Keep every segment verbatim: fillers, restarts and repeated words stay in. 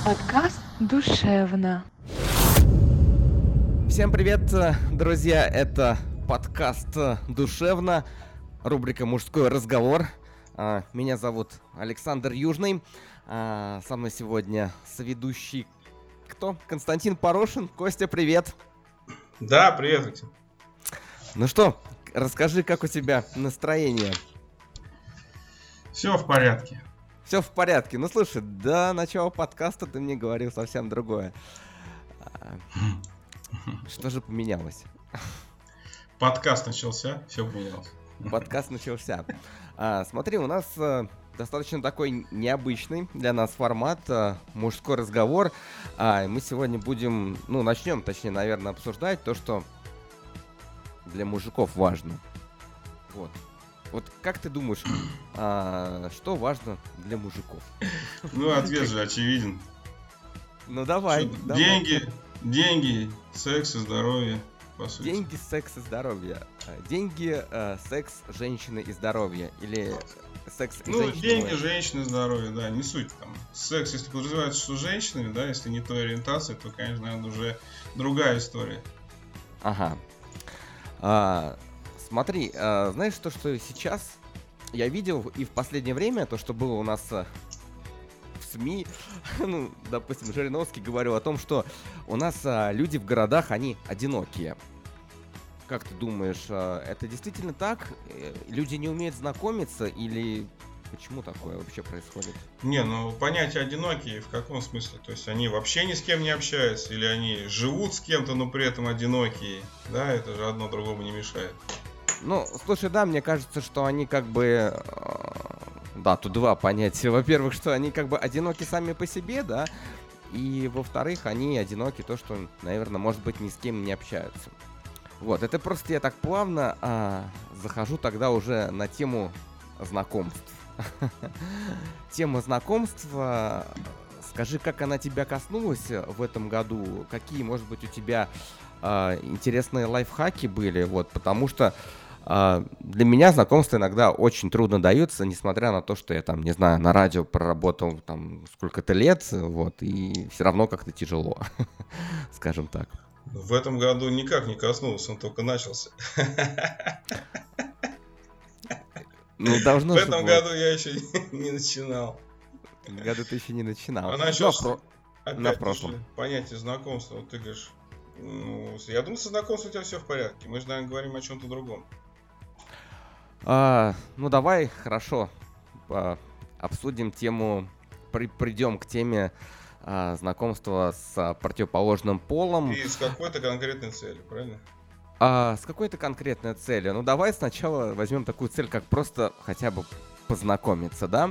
Подкаст «Душевно». Всем привет, друзья! Это подкаст «Душевно», рубрика «Мужской разговор». Меня зовут Александр Южный. Со мной сегодня соведущий кто? Константин Порошин. Костя, привет! Да, привет. Ну что, расскажи, как у тебя настроение? Все в порядке. Все в порядке. Ну слушай, до начала подкаста ты мне говорил совсем другое. Что же поменялось? Подкаст начался, все поменялось. Подкаст начался. А, смотри, у нас а, достаточно такой необычный для нас формат, а, мужской разговор. А, мы сегодня будем, ну, начнем, точнее, наверное, обсуждать то, что для мужиков важно. Вот. Вот как ты думаешь, а, что важно для мужиков? Ну, ответ же очевиден. Ну, давай. Что, давай. Деньги, деньги, секс и здоровье, по сути. Деньги, секс и здоровье. Деньги, э, секс, женщины и здоровье. Или секс и Ну, женщины. деньги, женщины, здоровье, да, не суть там. Секс, если подразумевается, что с женщинами, да, если не той ориентации, то, конечно, наверное, уже другая история. Ага. А, смотри, а, знаешь, то, что сейчас я видел и в последнее время, то, что было у нас а, в СМИ, ну, допустим, Жириновский говорил о том, что у нас а, люди в городах, они одинокие. Как ты думаешь, а, это действительно так? Э, Люди не умеют знакомиться или почему такое вообще происходит? Не, ну, понятие одинокие в каком смысле? То есть они вообще ни с кем не общаются, или они живут с кем-то, но при этом одинокие, да, это же одно другому не мешает. Ну, слушай, да, мне кажется, что они как бы... э, Да, тут два понятия. Во-первых, что они как бы одиноки сами по себе, да, и во-вторых, они одиноки то, что, наверное, может быть, ни с кем не общаются. Вот, это просто я так плавно а, захожу тогда уже на тему знакомств. Тема знакомства, скажи, как она тебя коснулась в этом году? Какие, может быть, у тебя а, интересные лайфхаки были? Вот, потому что а, для меня знакомство иногда очень трудно дается, несмотря на то, что я там, не знаю, на радио проработал там сколько-то лет, вот, и все равно как-то тяжело, скажем так. В этом году никак не коснулся, он только начался. Ну, должно В же этом было. году я еще не начинал. В этом году ты еще не начинал. А Но начался про- на опять прошлом. же понятие знакомства. Вот ты говоришь, ну, я думаю, со знакомством у тебя все в порядке. Мы же, наверное, говорим о чем-то другом. А, ну, давай, хорошо, а, обсудим тему, при- придем к теме а, знакомства с а, противоположным полом. И с какой-то конкретной целью, правильно? А, с какой-то конкретной целью. Ну, давай сначала возьмем такую цель, как просто хотя бы познакомиться, да?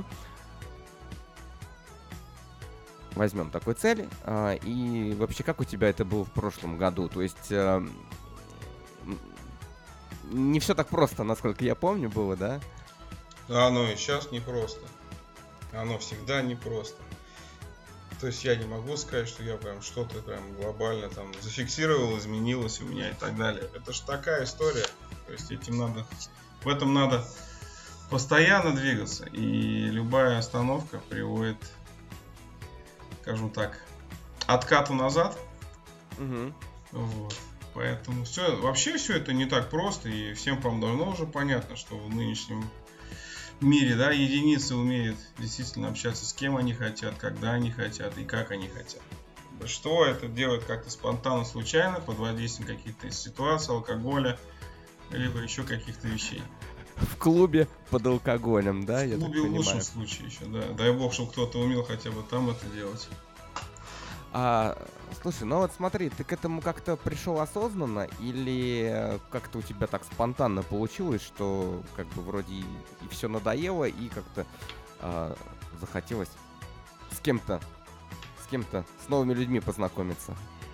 Возьмем такую цель. а, И вообще, как у тебя это было в прошлом году? То есть, а, м, не все так просто, насколько я помню, было, да? А оно и сейчас непросто. Оно всегда непросто. То есть я не могу сказать, что я прям что-то прям глобально там зафиксировал, изменилось у меня и так далее. Это же такая история. То есть этим надо, в этом надо постоянно двигаться. И любая остановка приводит, скажем так, откату назад. Угу. Вот. Поэтому все, вообще все это не так просто. И всем, по-моему, давно уже понятно, что в нынешнем мире, да, единицы умеют действительно общаться с кем они хотят, когда они хотят и как они хотят. Что это делают как-то спонтанно, случайно, под воздействием каких-то ситуаций, алкоголя, либо еще каких-то вещей. В клубе под алкоголем, да, я В так клубе в лучшем понимаю. случае еще, да. Дай бог, чтобы кто-то умел хотя бы там это делать. А, слушай, ну вот смотри, ты к этому как-то пришел осознанно или как-то у тебя так спонтанно получилось, что как бы вроде и, и все надоело, и как-то а, захотелось с кем-то, с кем-то, с новыми людьми познакомиться?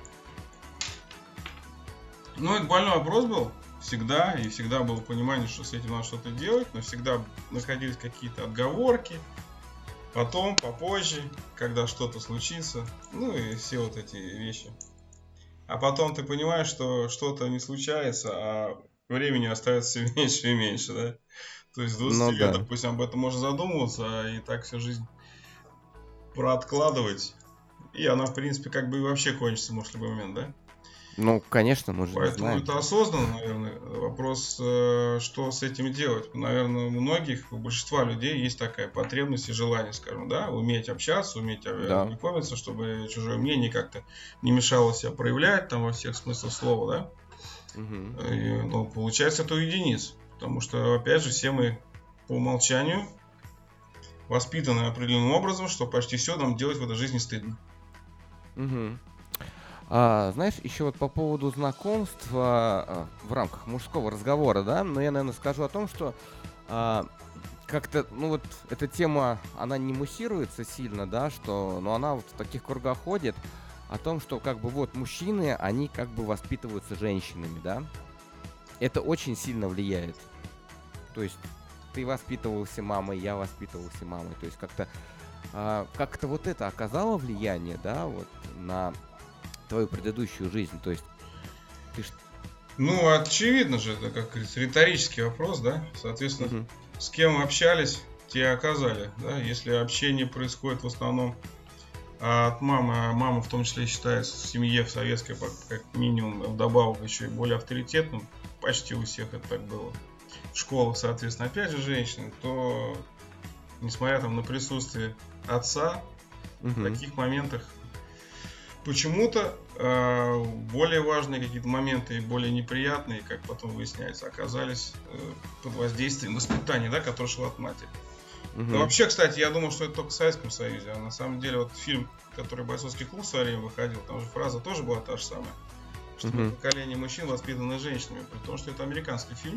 Ну, это больной вопрос был. Всегда, и всегда было понимание, что с этим надо что-то делать, но всегда находились какие-то отговорки. Потом, попозже, когда что-то случится, ну и все вот эти вещи. А потом ты понимаешь, что что-то не случается, а времени остается все меньше и меньше, да? То есть с двадцати Ну лет, да. допустим, об этом можно задумываться, а и так всю жизнь прооткладывать. и она, в принципе, как бы и вообще кончится, может, в любой момент, да? Ну, конечно, мы же не Поэтому знаем. это осознанно, наверное. Вопрос, э, что с этим делать. Наверное, у многих, у большинства людей есть такая потребность и желание, скажем, да, уметь общаться, уметь э, Да. знакомиться, чтобы чужое мнение как-то не мешало себя проявлять там во всех смыслах слова, да. Мгм. И, ну, получается, это у единиц. Потому что, опять же, все мы по умолчанию воспитаны определенным образом, что почти все нам делать в этой жизни стыдно. Мгм. А, знаешь, еще вот по поводу знакомства а, в рамках мужского разговора, да, но я, наверное, скажу о том, что а, как-то, ну вот, эта тема, она не муссируется сильно, да, что, но она вот в таких кругах ходит, о том, что, как бы, вот, мужчины, они, как бы, воспитываются женщинами, да, это очень сильно влияет, то есть, ты воспитывался мамой, я воспитывался мамой, то есть, как-то, а, как-то вот это оказало влияние, да, вот, на твою предыдущую жизнь, то есть, ты ж... Ну, очевидно же, это, как говорится, риторический вопрос, да? Соответственно, Мгм. с кем общались, те и оказали, да? Если общение происходит в основном от мамы, а мама в том числе считается в семье, в советской, как, как минимум, вдобавок еще и более авторитетным, почти у всех это так было. В школах, соответственно, опять же женщины, то, несмотря там на присутствие отца, в Мгм. таких моментах почему-то э, более важные какие-то моменты и более неприятные, как потом выясняется, оказались э, под воздействием воспитания, да, которое шло от матери. Мгм. Но вообще, кстати, я думал, что это только в Советском Союзе, а на самом деле вот фильм, который «Бойцовский клуб» в свое время выходил, там же фраза тоже была та же самая, что Мгм. поколение мужчин воспитаны женщинами, при том, что это американский фильм,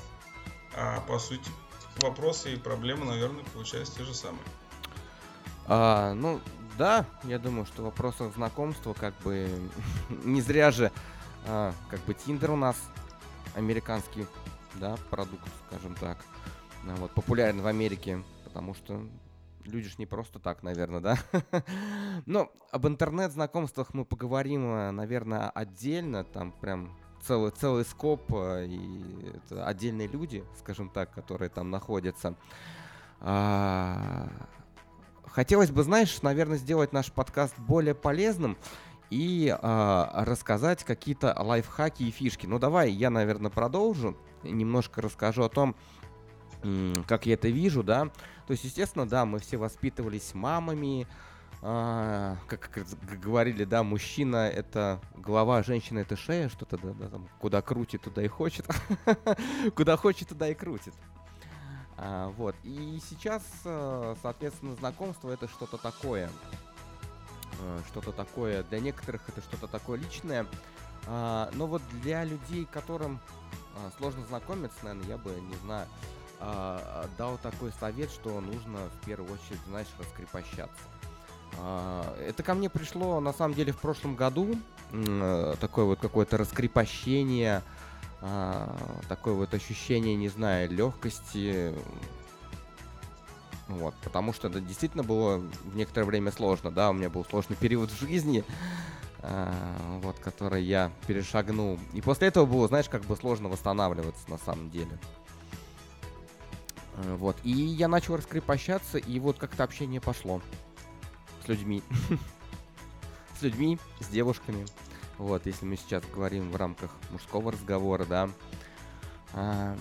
а по сути вопросы и проблемы, наверное, получаются те же самые. А, ну, да, я думаю, что в вопросах знакомства, как бы, не зря же, а, как бы, Тиндер у нас американский, да, продукт, скажем так, а, вот, популярен в Америке, потому что люди ж не просто так, наверное, да. Но об интернет-знакомствах мы поговорим, наверное, отдельно, там прям целый, целый скоп, а, и это отдельные люди, скажем так, которые там находятся. А, Хотелось бы, знаешь, наверное, сделать наш подкаст более полезным и а, рассказать какие-то лайфхаки и фишки. Ну, давай я, наверное, продолжу. Немножко расскажу о том, м, как я это вижу, да. То есть, естественно, да, мы все воспитывались мамами. а, как, как г- говорили, да, мужчина — это голова, женщина — это шея, что-то, да, да, там, куда крутит, туда и хочет. Куда хочет, туда и крутит. А, вот. И сейчас, э, соответственно, знакомство — это что-то такое. э, Что-то такое. Для некоторых это что-то такое личное. А, Но вот для людей, которым а, сложно знакомиться, наверное, я бы, не знаю, а, дал такой совет, что нужно в первую очередь, знаешь, раскрепощаться. А, Это ко мне пришло, на самом деле, в прошлом году. м, э, Такое вот какое-то раскрепощение, а, такое вот ощущение, не знаю, легкости. Вот, потому что это действительно было в некоторое время сложно, да, у меня был сложный период в жизни, а, вот, который я перешагнул. И после этого было, знаешь, как бы сложно восстанавливаться на самом деле. Э, Вот, и я начал раскрепощаться, и вот как-то общение пошло с людьми. С людьми, с девушками. Вот, если мы сейчас говорим в рамках мужского разговора, да. А,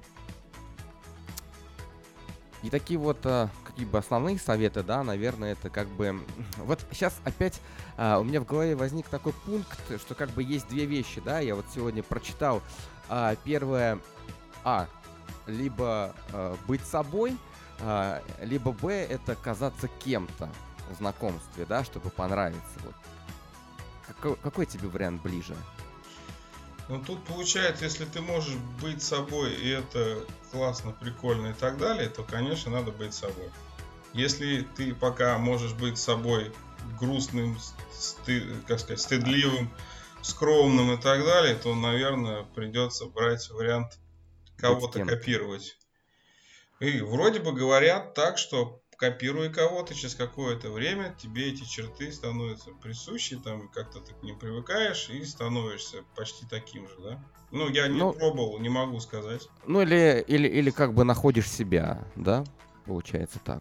И такие вот а, какие бы основные советы, да, наверное, это как бы... Вот сейчас опять а, у меня в голове возник такой пункт, что как бы есть две вещи, да, я вот сегодня прочитал. А, первое, а, либо а, быть собой, а, либо б, это казаться кем-то в знакомстве, да, чтобы понравиться. Вот. Какой, какой тебе вариант ближе? Ну тут получается, если ты можешь быть собой, и это классно, прикольно и так далее, то, конечно, надо быть собой. Если ты пока можешь быть собой грустным, сты- как сказать, стыдливым, скромным и так далее, то, наверное, придется брать вариант кого-то кем? копировать. И вроде бы говорят так, что копируя кого-то, через какое-то время тебе эти черты становятся присущи, там как-то ты к ним привыкаешь и становишься почти таким же, да? Ну, я не Ну, пробовал, не могу сказать. ну или, или, или как бы находишь себя, да? Получается так.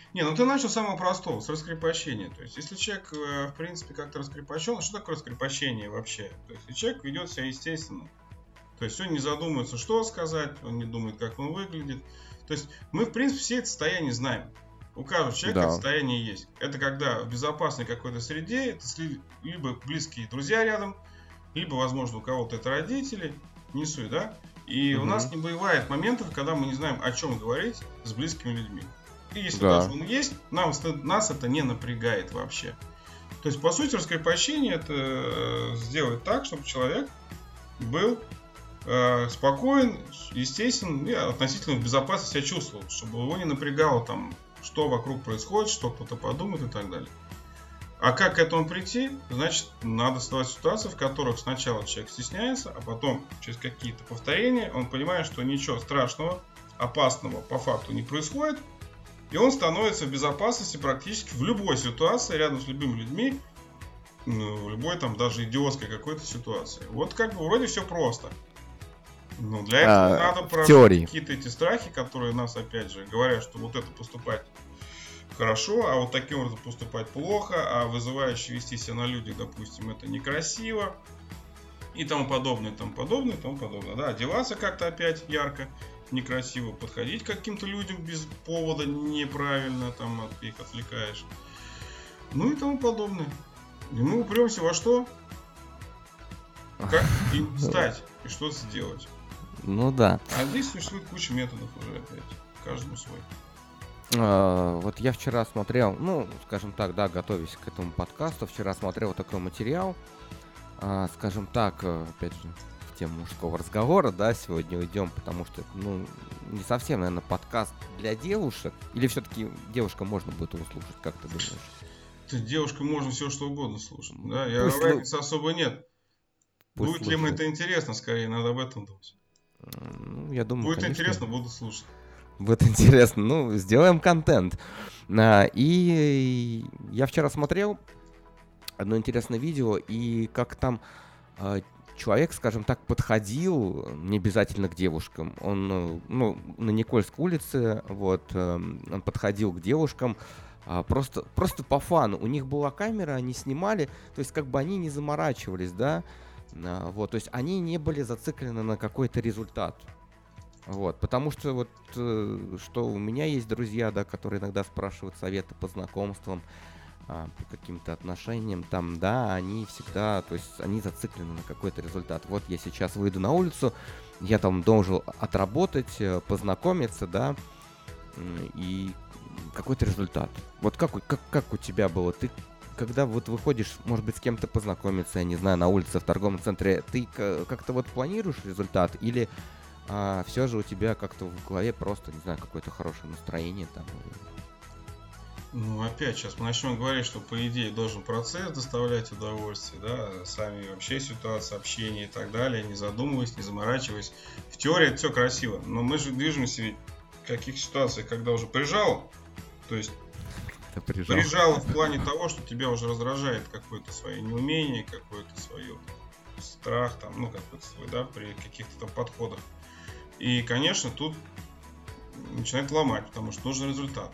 Не, ну ты начал с самого простого, с раскрепощения. То есть, если человек, в принципе, как-то раскрепощен, что такое раскрепощение вообще? То есть, если человек ведет себя естественно, то есть он не задумывается, что сказать, он не думает, как он выглядит. То есть мы, в принципе, все это состояние знаем. У каждого человека Да. это состояние есть. Это когда в безопасной какой-то среде, это либо близкие друзья рядом, либо, возможно, у кого-то это родители, не суть, да? И Мгм. у нас не бывает моментов, когда мы не знаем, о чем говорить с близкими людьми. И если Да. даже он есть, нам, нас это не напрягает вообще. То есть, по сути, раскрепощение это э, сделать так, чтобы человек был э, спокоен, естествен и относительно в безопасности себя чувствовал, чтобы его не напрягало там, что вокруг происходит, что кто-то подумает и так далее. А как к этому прийти? Значит, надо создавать ситуации, в которых сначала человек стесняется, а потом через какие-то повторения он понимает, что ничего страшного, опасного по факту не происходит, и он становится в безопасности практически в любой ситуации, рядом с любыми людьми, ну, в любой там даже идиотской какой-то ситуации. Вот как бы вроде все просто. Но для этого А, надо в прожить теории. какие-то эти страхи, которые нас опять же говорят, что вот это поступать хорошо, а вот таким образом поступать плохо, а вызывающе вести себя на людях, допустим, это некрасиво. И тому подобное, тому подобное, тому подобное. Да, одеваться как-то опять ярко, некрасиво, подходить к каким-то людям без повода неправильно, там от их отвлекаешь. Ну и тому подобное. И мы упремся во что? Как им стать и что сделать. Ну да. А здесь существует куча методов уже опять. Каждому свой. А, вот я вчера смотрел, ну, скажем так, да, готовясь к этому подкасту, вчера смотрел такой материал, а, скажем так, э, опять же, в тему мужского разговора, да, сегодня уйдем, потому что, ну, не совсем, наверное, подкаст для девушек, или все-таки девушкам можно будет его слушать, как ты думаешь? Ты, девушкам можно все что угодно слушать. Да? Я Пусть разницы особо нет. Пусть Будет ли им слушают. это интересно, скорее, надо об этом думать. Ну, я думаю, Будет конечно, интересно, буду слушать. будет интересно. Ну, сделаем контент. А, и я вчера смотрел одно интересное видео, и как там а, человек, скажем так, подходил не обязательно к девушкам. Он, э, ну, на Никольской улице, вот, э, он подходил к девушкам а, просто, просто по фану. У них была камера, они снимали, то есть как бы они не заморачивались, да, а, вот, то есть они не были зациклены на какой-то результат. Вот, потому что вот, э, что у меня есть друзья, да, которые иногда спрашивают советы по знакомствам, а, по каким-то отношениям, там, да, они всегда, то есть они зациклены на какой-то результат. Вот я сейчас выйду на улицу, я там должен отработать, э, познакомиться, да, м, и какой-то результат. Вот как, у- как, как у тебя было? Ты когда вот выходишь, может быть, с кем-то познакомиться, я не знаю, на улице, в торговом центре, ты к- как-то вот планируешь результат или а, все же у тебя как-то в голове просто, не знаю, какое-то хорошее настроение там? Ну, опять, сейчас мы начнем говорить, что, по идее, должен процесс доставлять удовольствие, да, сами вообще ситуация, общение и так далее, не задумываясь, не заморачиваясь. В теории это все красиво, но мы же движемся ведь в каких ситуациях, когда уже прижало, то есть Это прижал. прижало в плане того, что тебя уже раздражает какое-то свое неумение, какое-то свое страх, там, ну, какой-то свой, да, при каких-то там подходах. И, конечно, тут начинает ломать, потому что нужен результат.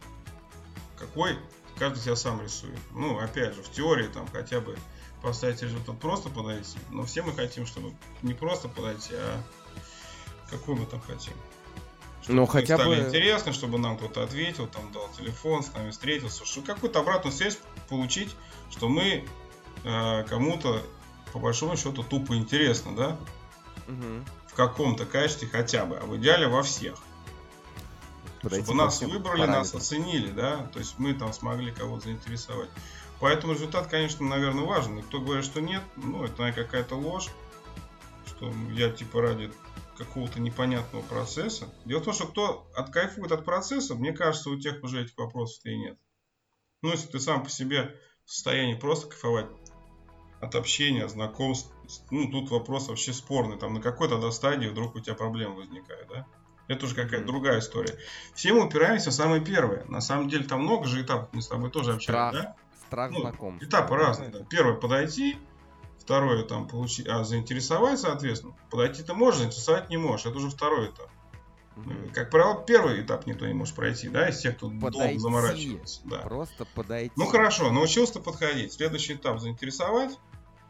Какой? Каждый себя сам рисует. Ну, опять же, в теории там хотя бы поставить результат, просто подойти. Но все мы хотим, чтобы не просто подойти, а какой мы там хотим. Чтобы Ну, мы хотя стали бы... интересно, чтобы нам кто-то ответил, там дал телефон, с нами встретился, чтобы какую-то обратную связь получить, что мы э, кому-то по большому счету тупо интересно, да? Мгм. В каком-то качестве хотя бы, а в идеале во всех. Подойти Чтобы по нас всем выбрали, нас параметрам. оценили, да, то есть мы там смогли кого-то заинтересовать. Поэтому результат, конечно, наверное, важен. Никто говорит, что нет, ну, это, наверное, какая-то ложь, что я, типа, ради какого-то непонятного процесса. Дело в том, что кто откайфует от процесса, мне кажется, у тех уже этих вопросов-то и нет. Ну, если ты сам по себе в состоянии просто кайфовать от общения, знакомств, ну, тут вопрос вообще спорный, там, на какой тогда стадии вдруг у тебя проблема возникает, да? Это уже какая-то Мгм. другая история. Все мы упираемся в самое первое. На самом деле там много же этапов, мы с тобой тоже общались, Страх. да? Страх Ну, знакомства. этапы Да, разные. Да. Первое подойти, второе там получить, а заинтересовать, соответственно. Подойти ты можешь, заинтересовать не можешь. Это уже второй этап. Мгм. Как правило, первый этап никто не может пройти, да, из тех, кто долго Подойти. заморачивается. Да. Просто подойти. Ну хорошо, научился подходить. Следующий этап заинтересовать.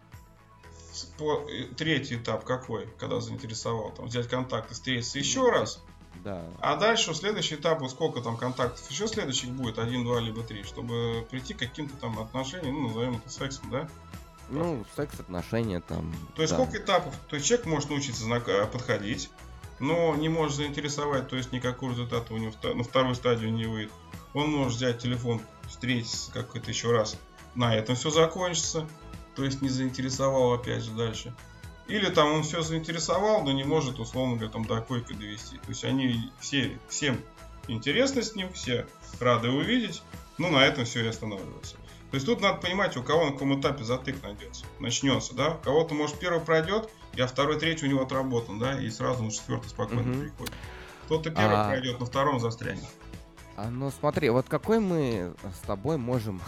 С- по- э, Третий этап какой, когда заинтересовал? Там, взять контакты, встретиться еще Ну, раз. Да. А дальше следующий этап, вот сколько там контактов еще следующих будет, один, два, либо три, чтобы прийти к каким-то там отношениям, ну, назовем это сексом, да? Ну, секс, отношения там. То есть да. сколько этапов? То есть человек может научиться знак- э, подходить, но не может заинтересовать, то есть никакого результата у него вто- на вторую стадию не выйдет. Он может взять телефон, встретиться как-то еще раз, на этом все закончится, то есть не заинтересовал опять же дальше. Или там он все заинтересовал, но не может, условно говоря, там до койки довести. То есть они все, всем интересны с ним, все рады увидеть, но на этом все и останавливается. То есть тут надо понимать, у кого на каком этапе затык найдется, начнется, да? У кого-то, может, первый пройдет, а второй, третий у него отработан, да, и сразу на четвертый спокойно Мгм. приходит. Кто-то первый А- пройдет, на втором застрянет. А, ну смотри, вот какой мы с тобой можем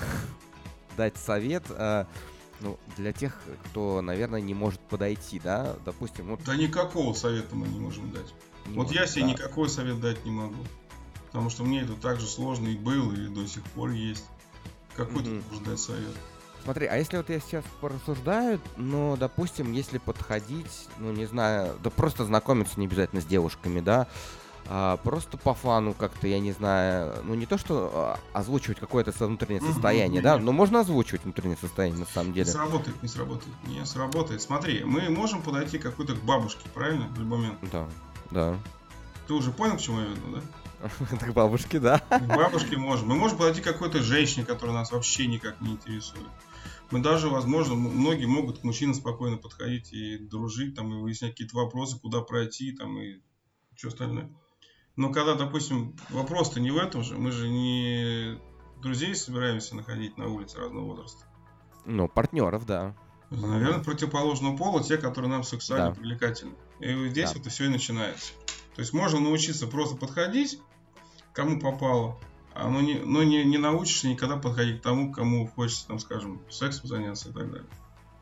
дать совет, а, ну, для тех, кто, наверное, не может подойти, да, допустим, вот Да никакого совета мы не можем дать. не Вот я может, себе да. никакой совет дать не могу. Потому что мне это так же сложно и было, и до сих пор есть. Какой ты Мгм. можешь дать совет? Смотри, а если вот я сейчас порассуждаю, ну, допустим, если подходить, ну, не знаю, да просто знакомиться не обязательно с девушками, да, а, просто по фану как-то, я не знаю, ну, не то, что а, озвучивать какое-то со- внутреннее Мгм, состояние, не, да, не. но можно озвучивать внутреннее состояние, на самом Не деле. сработает, не сработает, не сработает. Смотри, мы можем подойти к какой-то к бабушке, правильно? В любой момент. Да, да. Ты уже понял, к чему я веду, да? Так бабушки, да. К бабушке можем. Мы можем подойти к какой-то женщине, которая нас вообще никак не интересует. Мы даже, возможно, м- многие могут к мужчинам спокойно подходить и дружить, там, и выяснять какие-то вопросы, куда пройти, там, и что остальное. Но когда, допустим, вопрос-то не в этом же, мы же не друзей собираемся находить на улице разного возраста. Ну, партнеров, да. Наверное, противоположного пола, те, которые нам сексуально Да. привлекательны. И вот здесь Да. это все и начинается. То есть можно научиться просто подходить, кому попало, а но не, но не, не научишься никогда подходить к тому, кому хочется, там, скажем, сексом заняться и так далее.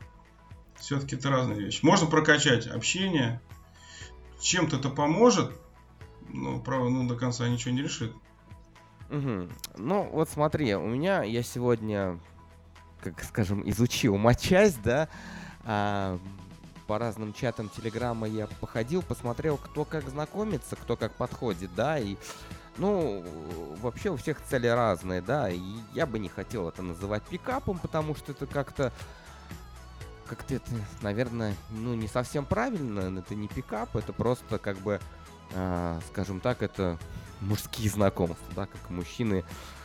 Все-таки это разные вещи. Можно прокачать общение, чем-то это поможет, но, правда, ну, до конца ничего не решит. Мгм. Ну, вот смотри, у меня, я сегодня, как скажем, изучил матчасть, да, а, по разным чатам Телеграма я походил, посмотрел, кто как знакомится, кто как подходит, да, и, ну, вообще у всех цели разные, да, и я бы не хотел это называть пикапом, потому что это как-то, как-то это, наверное, ну, не совсем правильно, это не пикап, это просто как бы, а, скажем так, это мужские знакомства, да, как мужчины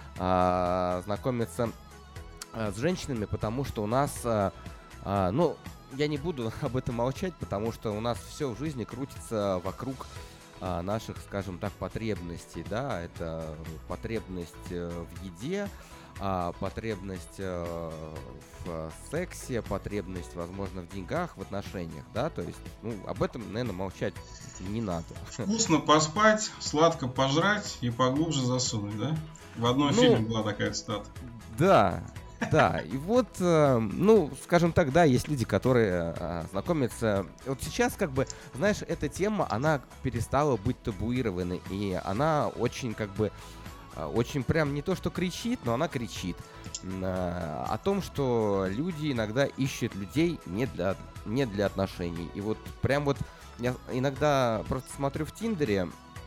а, знакомятся а, с женщинами, потому что у нас, а, а, ну, я не буду об этом молчать, потому что у нас все в жизни крутится вокруг а, наших, скажем так, потребностей, да, это потребность э, в еде, а, потребность э, в сексе, потребность, возможно, в деньгах, в отношениях, да, то есть, ну, об этом, наверное, молчать не надо. Вкусно поспать, сладко пожрать и поглубже засунуть, да? В одном Ну, фильме была такая цитата. Да, да, и вот, э, ну, скажем так, да, есть люди, которые э, знакомятся. Вот сейчас, как бы, знаешь, эта тема, она перестала быть табуированной, и она очень, как бы, э, очень прям не то, что кричит, но она кричит м, э, о том, что люди иногда ищут людей не для, не для отношений. И вот прям вот я иногда просто смотрю в Тиндере,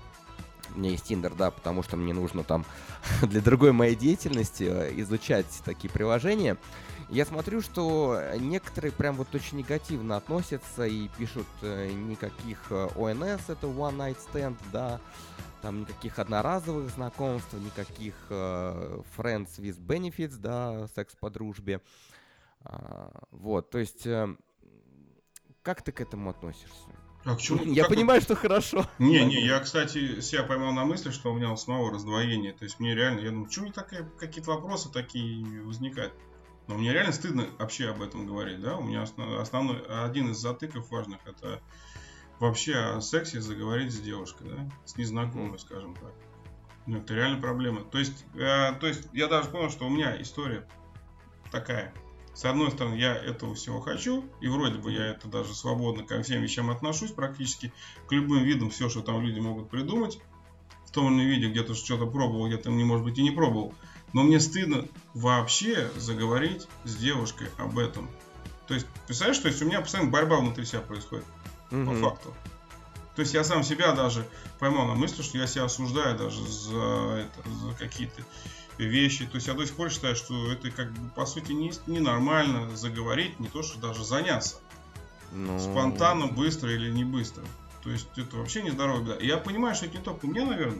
у меня есть Тиндер, да, потому что мне нужно там для другой моей деятельности э, изучать такие приложения. Я смотрю, что некоторые прям вот очень негативно относятся и пишут э, никаких э, о эн эс, это One Night Stand, да, там никаких одноразовых знакомств, никаких э, Friends with Benefits, да, секс по дружбе. А, вот, то есть, э, как ты к этому относишься? А к чему? Я Как вот- понимаю, что хорошо. Не, не, я, кстати, себя поймал на мысли, что у меня у самого раздвоение. То есть мне реально, я думаю, почему такие, какие-то вопросы такие возникают? Но мне реально стыдно вообще об этом говорить, да? У меня основ- основной, один из затыков важных, это вообще о сексе заговорить с девушкой, да? С незнакомой, скажем так. Ну, это реально проблема. То есть, э, то есть я даже понял, что у меня история такая. С одной стороны, я этого всего хочу, и вроде бы я это даже свободно ко всем вещам отношусь практически, к любым видам, все, что там люди могут придумать. В том или ином виде где-то что-то пробовал, где-то, не может быть, и не пробовал. Но мне стыдно вообще заговорить с девушкой об этом. То есть, представляешь, то есть у меня постоянно борьба внутри себя происходит, Мгм. по факту. То есть я сам себя даже поймал на мысли, что я себя осуждаю даже за, это, за какие-то вещи. То есть я до сих пор считаю, что это как бы по сути не, ненормально заговорить, не то что даже заняться. Ну, Спонтанно, быстро или не быстро. То есть это вообще нездорово. Да. И я понимаю, что это не только у меня, наверное.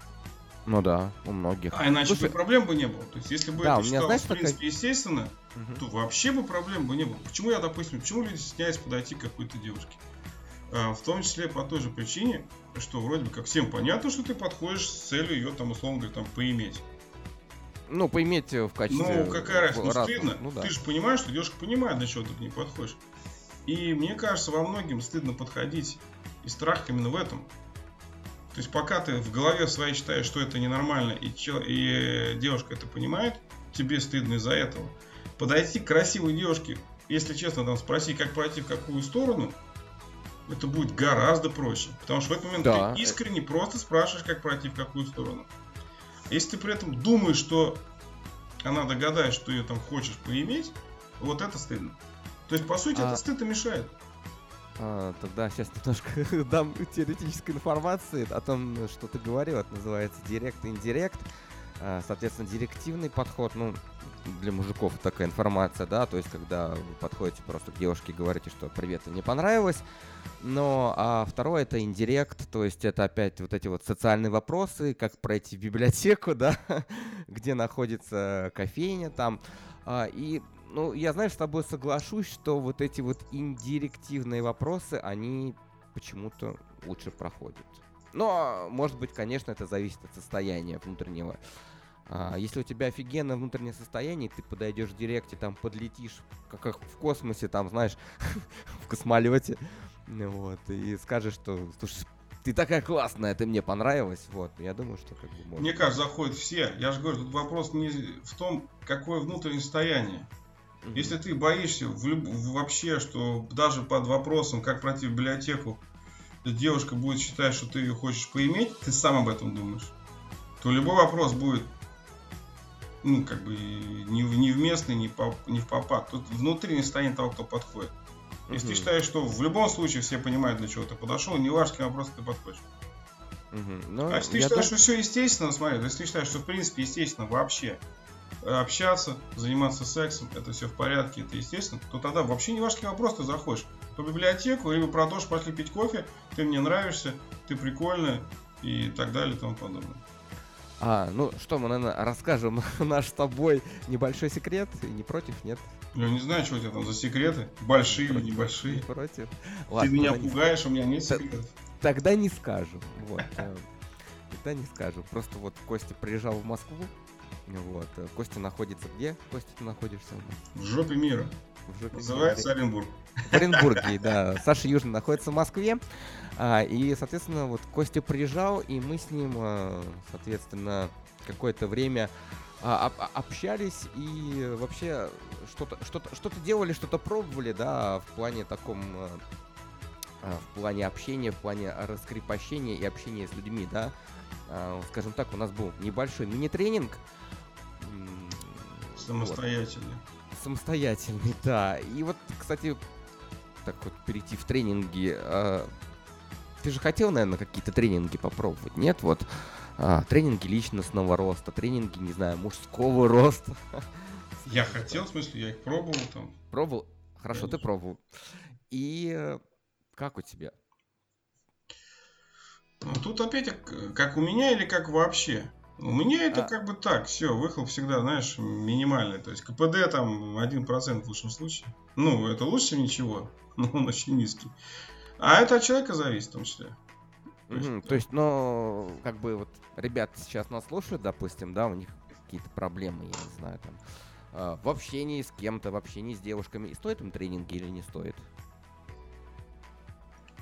ну да, у многих. А иначе Слушай, бы проблем бы не было. То есть если бы да, это у меня, считалось знаешь, в такая- принципе естественно, Мгм. то вообще бы проблем бы не было. Почему я, допустим, почему люди стесняются подойти к какой-то девушке? А, в том числе по той же причине, что вроде бы как всем понятно, что ты подходишь с целью ее там, условно говоря, там поиметь. Ну, поиметь в качестве... Ну, какая разница, ну, разного. стыдно. Ну да. Ты же понимаешь, что девушка понимает, для чего ты к ней подходишь. И мне кажется, во многим стыдно подходить. И страх именно в этом. То есть пока ты в голове своей считаешь, что это ненормально, и, чел- и девушка это понимает, тебе стыдно из-за этого. Подойти к красивой девушке, если честно, там спросить, как пройти в какую сторону, это будет гораздо проще. Потому что в этот момент Да. ты искренне просто спрашиваешь, как пройти в какую сторону. Если ты при этом думаешь, что она догадается, что ее там хочешь поиметь, вот это стыдно. То есть, по сути, А- это стыд и мешает. А, тогда сейчас немножко дам теоретической информации о том, что ты говорил. Это называется директ и индирект. А, Соответственно, директивный подход, ну, для мужиков такая информация, да, то есть, когда вы подходите просто к девушке и говорите, что «привет, ты мне понравилась». Но а второе — это индирект, то есть это опять вот эти вот социальные вопросы, как пройти в библиотеку, да, где находится кофейня там. А, И ну, я, знаешь, с тобой соглашусь, что вот эти вот индирективные вопросы, они почему-то лучше проходят. Но, может быть, конечно, это зависит от состояния внутреннего. А, если у тебя офигенное внутреннее состояние, ты подойдешь в директе, там подлетишь, как, как в космосе, там, знаешь, в космолете, ну вот, и скажешь, что, слушай, ты такая классная, ты мне понравилась, вот, я думаю, что как бы можно. Мне кажется, заходят все. Я же говорю, тут вопрос не в том, какое внутреннее состояние. Мгм. Если ты боишься в люб- в- вообще, что даже под вопросом, как пройти в библиотеку, девушка будет считать, что ты ее хочешь поиметь, ты сам об этом думаешь, то любой вопрос будет, ну, как бы, не, в- невместный, не, по, не в попад. Тут внутреннее состояние того, кто подходит. Если ты Мгм. считаешь, что в любом случае все понимают, для чего ты подошел, не важно, каким вопросом ты подходишь. Мгм. Ну, А если ты я считаешь, дум- что все естественно, смотри, если ты считаешь, что в принципе естественно вообще э, общаться, заниматься сексом, это все в порядке, это естественно, то тогда вообще не важно, какой вопрос ты заходишь. По библиотеку, либо про то, что пошли пить кофе, ты мне нравишься, ты прикольная и так далее и тому подобное. А, ну что, мы, наверное, расскажем наш с тобой небольшой секрет. Не против, нет? Я не знаю, что у тебя там за секреты, большие или Против. Не небольшие. против. Ты Ладно, меня тогда не- пугаешь, у меня нет Да. секретов. Тогда не скажу. Вот. э, Тогда не скажу. Просто вот Костя приезжал в Москву. Вот. э, Костя находится где? Костя, ты находишься у нас? В жопе мира. В жопе Называется мира. Оренбург. В Оренбурге, да. Саша Южный находится в Москве. А, и, соответственно, вот Костя приезжал, и мы с ним, а, соответственно, какое-то время а, об- общались и вообще что-то что-то что-то делали, что-то пробовали, да, в плане таком, а, а, в плане общения, в плане раскрепощения и общения с людьми, да. А, скажем так, у нас был небольшой мини-тренинг. м, вот. Самостоятельно. Самостоятельный, да. И вот, кстати, так вот перейти в тренинги. а, Ты же хотел, наверное, какие-то тренинги попробовать, нет? Вот а, тренинги личностного роста, тренинги, не знаю, мужского роста. Я хотел, в смысле, я их пробовал там. Пробовал? Хорошо, ты Конечно. пробовал. И э, как у тебя? Ну, тут опять как- как у меня или как вообще? У меня это А. как бы так, все, выхлоп всегда, знаешь, минимальный. То есть КПД там один процент в лучшем случае. Ну, это лучше, чем ничего, но он очень низкий. А это от человека зависит в том числе. То есть, Мгм, То есть, ну, как бы вот ребят сейчас нас слушают, допустим, да, у них какие-то проблемы, я не знаю, там, а, в общении с кем-то, в общении с девушками. И стоит им тренинги или не стоит?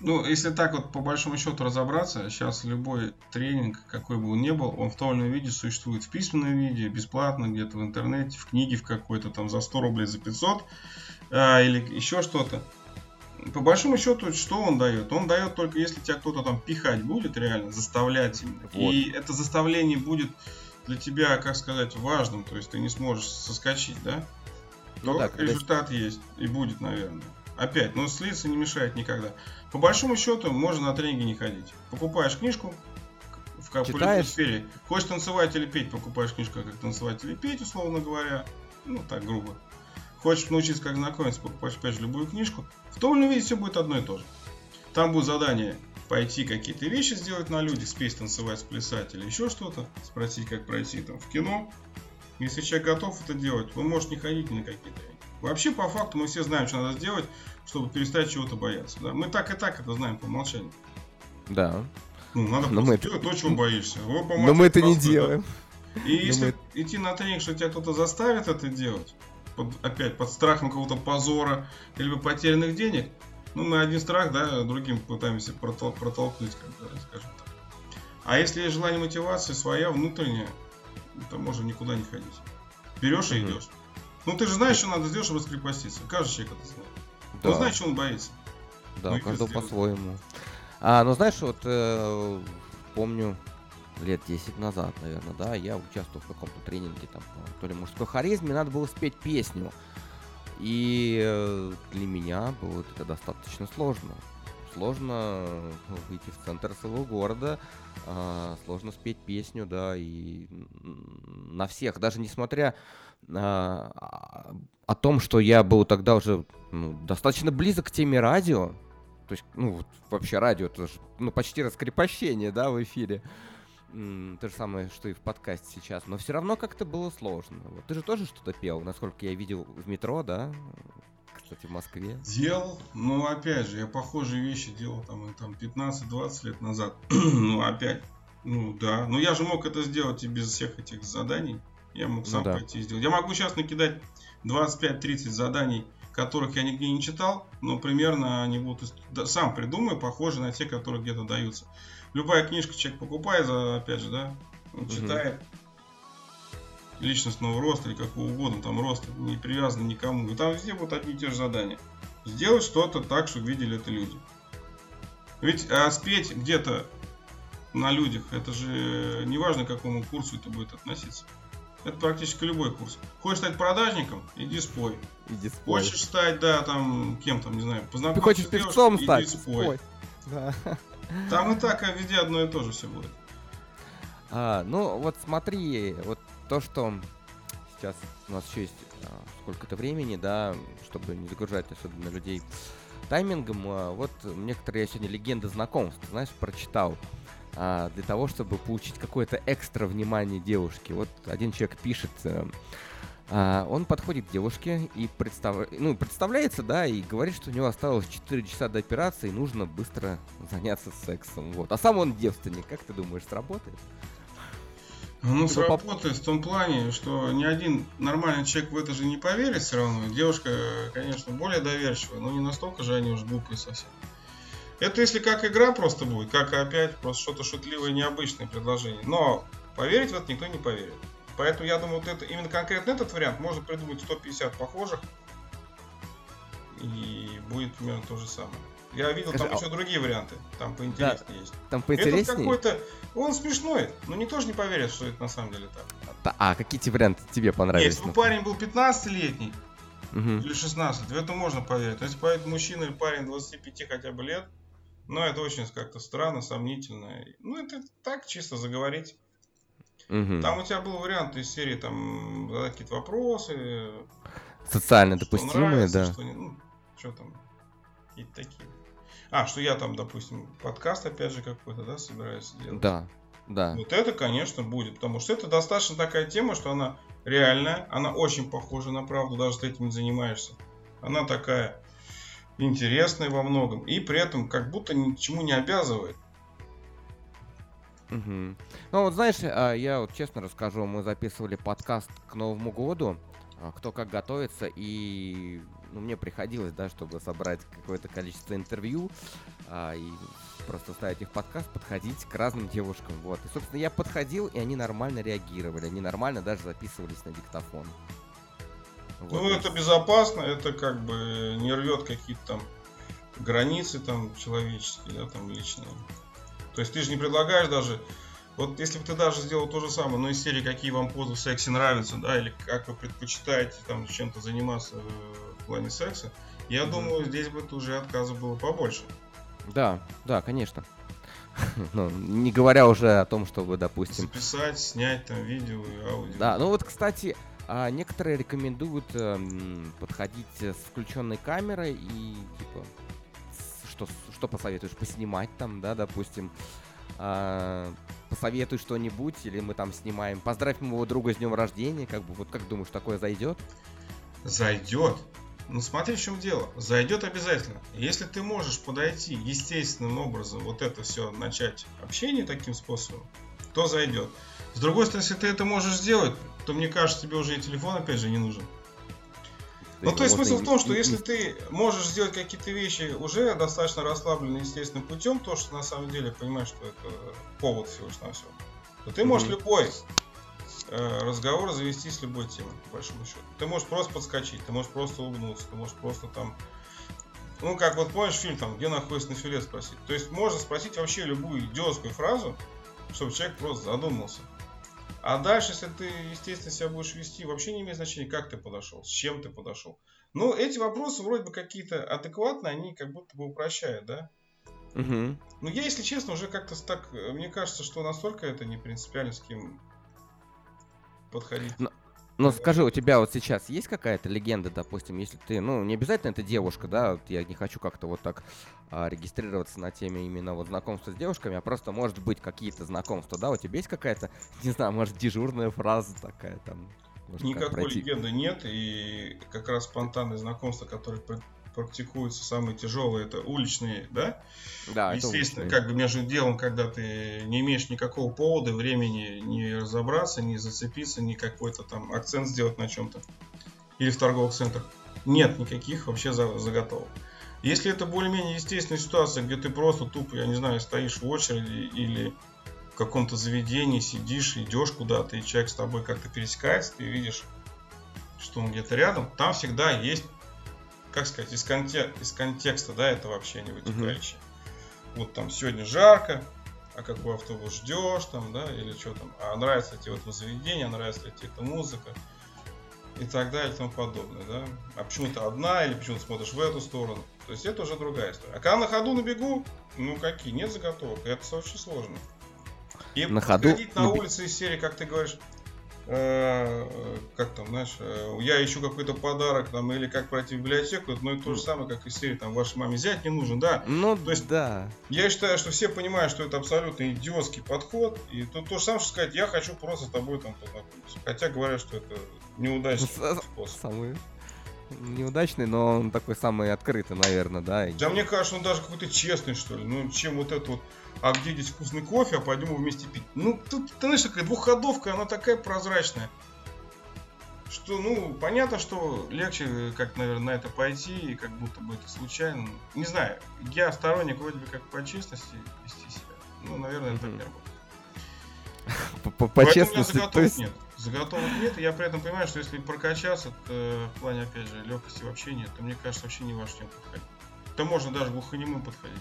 Ну, если так вот по большому счету разобраться, сейчас любой тренинг, какой бы он ни был, он в том или ином виде существует в письменном виде, бесплатно, где-то в интернете, в книге в какой-то там за сто рублей, за пятьсот, а, или еще что-то. По большому счету, что он дает? Он дает только если тебя кто-то там пихать будет реально, заставлять именно. Вот. И это заставление будет для тебя, как сказать, важным, то есть ты не сможешь соскочить, да? Ну, то так, результат есть. есть и будет, наверное. Опять, но слиться не мешает никогда. По большому счету, можно на тренинги не ходить. Покупаешь книжку в какой-либо сфере. Хочешь танцевать или петь, покупаешь книжку, как танцевать или петь, условно говоря. Ну, так грубо. Хочешь научиться, как знакомиться, покупаешь, опять же, любую книжку. В том или ином виде все будет одно и то же. Там будет задание пойти какие-то вещи сделать на людях, спеть, танцевать, сплясать или еще что-то. Спросить, как пройти там в кино. Если человек готов это делать, он может не ходить ни на какие тренинги. Вообще, по факту, мы все знаем, что надо сделать, чтобы перестать чего-то бояться. Да? Мы так и так это знаем по умолчанию. Да. Ну, надо Но просто мы делать то, чего боишься. Вы, Но мы это не да? делаем. И если мы... идти на тренинг, что тебя кто-то заставит это делать, под, опять под страхом какого-то позора или потерянных денег, ну, мы один страх, да, другим пытаемся протол- протолкнуть, как бы, скажем так. А если есть желание, мотивация своя, внутренняя, то можно никуда не ходить. Берешь и идешь. Ну, ты же знаешь, что надо сделать, чтобы раскрепоститься. Каждый человек это знает. Да. Он знает, что он боится. Да, ну, каждого по-своему. А, ну, знаешь, вот э, помню, лет десять назад, наверное, да, я участвовал в каком-то тренинге, там, то ли мужской харизме, надо было спеть песню. И э, для меня было это достаточно сложно. Сложно выйти в центр своего города, э, сложно спеть песню, да, и на всех, даже несмотря э, о том, что я был тогда уже ну, достаточно близок к теме радио, то есть, ну, вот, вообще радио, это же, ну, почти раскрепощение, да, в эфире, м- то же самое, что и в подкасте сейчас, но все равно как-то было сложно. Вот, ты же тоже что-то пел, насколько я видел в метро, да? Кстати, в Москве. Делал, но опять же, я похожие вещи делал там, там пятнадцать-двадцать лет назад. Ну, опять, ну да. Но я же мог это сделать и без всех этих заданий. Я мог сам ну, да. пойти и сделать. Я могу сейчас накидать двадцать пять тридцать заданий, которых я нигде не читал, но примерно они будут, сам придумаю, похожи на те, которые где-то даются. Любая книжка человек покупает, опять же, да, он читает. Угу. Личностного роста или какого угодно, там роста не привязан никому. И там везде будут одни и те же задания. Сделать что-то так, чтобы видели это люди. Ведь а спеть где-то на людях, это же не важно, к какому курсу это будет относиться. Это практически любой курс. Хочешь стать продажником? Иди спой. Иди спой. Хочешь стать, да, там, кем там, не знаю, познакомиться. Ты хочешь певцом стать? Иди спой. спой. Да. Там и так, а везде одно и то же все будет. А, ну, вот смотри, вот то, что сейчас у нас еще есть а, сколько-то времени, да, чтобы не загружать особенно людей таймингом, а, вот некоторые я сегодня легенды знакомств, знаешь, прочитал, а, для того, чтобы получить какое-то экстра внимание девушки. Вот один человек пишет, а, он подходит к девушке и представ... ну, представляется, да, и говорит, что у него осталось четыре часа до операции, и нужно быстро заняться сексом, вот. А сам он девственник, как ты думаешь, сработает? Ну, сработает в том плане, что ни один нормальный человек в это же не поверит все равно. Девушка, конечно, более доверчивая, но не настолько же они уж глупые совсем. Это если как игра просто будет, как опять просто что-то шутливое, необычное предложение. Но поверить в это никто не поверит. Поэтому я думаю, вот это, именно конкретно этот вариант можно придумать сто пятьдесят похожих. И будет примерно то же самое. Я видел Скажи, там а... еще другие варианты. Там поинтереснее да, есть. Там поинтереснее? Этот какой-то... Он смешной, но никто же не поверит, что это на самом деле так. А какие те варианты тебе понравились? Если бы парень был пятнадцатилетний угу. или шестнадцать, в это можно поверить. Но если поверит мужчина или парень двадцати пяти хотя бы лет, ну это очень как-то странно, сомнительно. Ну это так, чисто заговорить. Угу. Там у тебя был вариант из серии, там, задать какие-то вопросы. Социально допустимые, нравится, да. Что, ну, что там, какие-то такие. А, что я там, допустим, подкаст опять же какой-то, да, собираюсь делать. Да, да. Вот это, конечно, будет, потому что это достаточно такая тема, что она реальная, она очень похожа на правду, даже ты этим не занимаешься. Она такая интересная во многом, и при этом как будто ни к чему не обязывает. Угу. Ну вот знаешь, я вот честно расскажу, мы записывали подкаст к Новому году, а, кто как готовится, и ну, мне приходилось, да, чтобы собрать какое-то количество интервью а, и просто ставить их в подкаст, подходить к разным девушкам, вот. И, собственно, я подходил, и они нормально реагировали, они нормально даже записывались на диктофон. Вот, Ну, то это есть- безопасно, это как бы не рвет какие-то там границы там человеческие, да, там личные. То есть ты же не предлагаешь даже, вот если бы ты даже сделал то же самое, но из серии какие вам позы в сексе нравятся, да, или как вы предпочитаете там чем-то заниматься э, в плане секса, я Мгм. думаю, здесь бы уже отказов было побольше. Да, да, конечно. Ну, не говоря уже о том, чтобы, допустим, Записать, снять там видео и аудио. да, ну вот, кстати, а, некоторые рекомендуют эм, подходить с включенной камерой и, типа, с- что, с- что посоветуешь, поснимать там, да, допустим, а, посоветуй что-нибудь, или мы там снимаем, поздравь моего друга с днем рождения, как бы, вот как думаешь, такое зайдет? Зайдет. Ну смотри, в чем дело. Зайдет обязательно. Если ты можешь подойти естественным образом, вот это все начать общение таким способом, то зайдет. С другой стороны, если ты это можешь сделать, то мне кажется, тебе уже и телефон опять же не нужен. Ну, Его то есть можно смысл и в том, не- что и- если и- ты можешь сделать какие-то вещи уже достаточно расслабленно естественным путем, то, что на самом деле понимаешь, что это повод всего лишь навсего, то ты можешь Мгм. любой э, разговор завести с любой темой, по большому счету. Ты можешь просто подскочить, ты можешь просто улыбнуться, ты можешь просто там... Ну, как вот помнишь фильм, там, где находится на филе, спросить. То есть можно спросить вообще любую идиотскую фразу, чтобы человек просто задумался. А дальше, если ты, естественно, себя будешь вести, вообще не имеет значения, как ты подошел, с чем ты подошел. Ну, эти вопросы вроде бы какие-то адекватные, они как будто бы упрощают, да? Мгм. Но я, если честно, уже как-то так... э, Мне кажется, что настолько это не принципиально, с кем подходить. Ну, Ну, Предложить. скажи, у тебя вот сейчас есть какая-то легенда, допустим, если ты, ну, не обязательно это девушка, да, вот я не хочу как-то вот так а, регистрироваться на теме именно вот знакомства с девушками, а просто, может быть, какие-то знакомства, да, у тебя есть какая-то, не знаю, может, дежурная фраза такая там, может, как Никакой пройти? легенды нет, и как раз спонтанные знакомства, которые пр- практикуются, самые тяжелые, это уличные, да? Да, это Естественно, уличные. как бы между делом, когда ты не имеешь никакого повода, времени не разобраться, не зацепиться, ни какой-то там акцент сделать на чем-то. Или в торговых центрах. Нет никаких вообще за- заготовок. Если это более-менее естественная ситуация, где ты просто тупо, я не знаю, стоишь в очереди или в каком-то заведении сидишь, идешь куда-то, и человек с тобой как-то пересекается, ты видишь, что он где-то рядом, там всегда есть, как сказать, из, конте- из контекста, да, этого общения вытекающее. Вот там сегодня жарко, а какой автобус ждешь, там, да, или что там, а нравится ли тебе это заведение, нравится ли тебе эта музыка, и так далее, и тому подобное, да. А почему ты одна, или почему ты смотришь в эту сторону, то есть это уже другая история. А когда на ходу, на бегу, ну какие, нет заготовок, это очень сложно. И На ходу подходить на на бе- улице из серии, как ты говоришь, э, как там, знаешь, э, я ищу какой-то подарок, там, или как пройти в библиотеку, это, ну, это то же самое, как из серии, там, вашей маме взять не нужен, да. Ну, То есть- да. Я считаю, что все понимают, что это абсолютно идиотский подход, и тут то же самое, что сказать, я хочу просто с тобой там познакомиться. Хотя говорят, что это неудачный С- способ. Самый неудачный, но он такой самый открытый, наверное, да. и- Да мне кажется, он даже какой-то честный, что ли. Ну, чем вот это вот, а где здесь вкусный кофе, а пойдем его вместе пить. Ну, тут, ты знаешь, такая двухходовка, она такая прозрачная. Что, ну, понятно, что легче, как, наверное, на это пойти, и как будто бы это случайно. Не знаю, я сторонник вроде бы как по честности вести себя. Ну, наверное, это так Мгм. не работает. По, по- по Поэтому у меня честности, то заготовок есть... нет. Заготовок нет, и я при этом понимаю, что если прокачаться, то в плане, опять же, легкости в общении, то мне кажется, вообще не важно, чем подходить. То можно даже глухонемым подходить.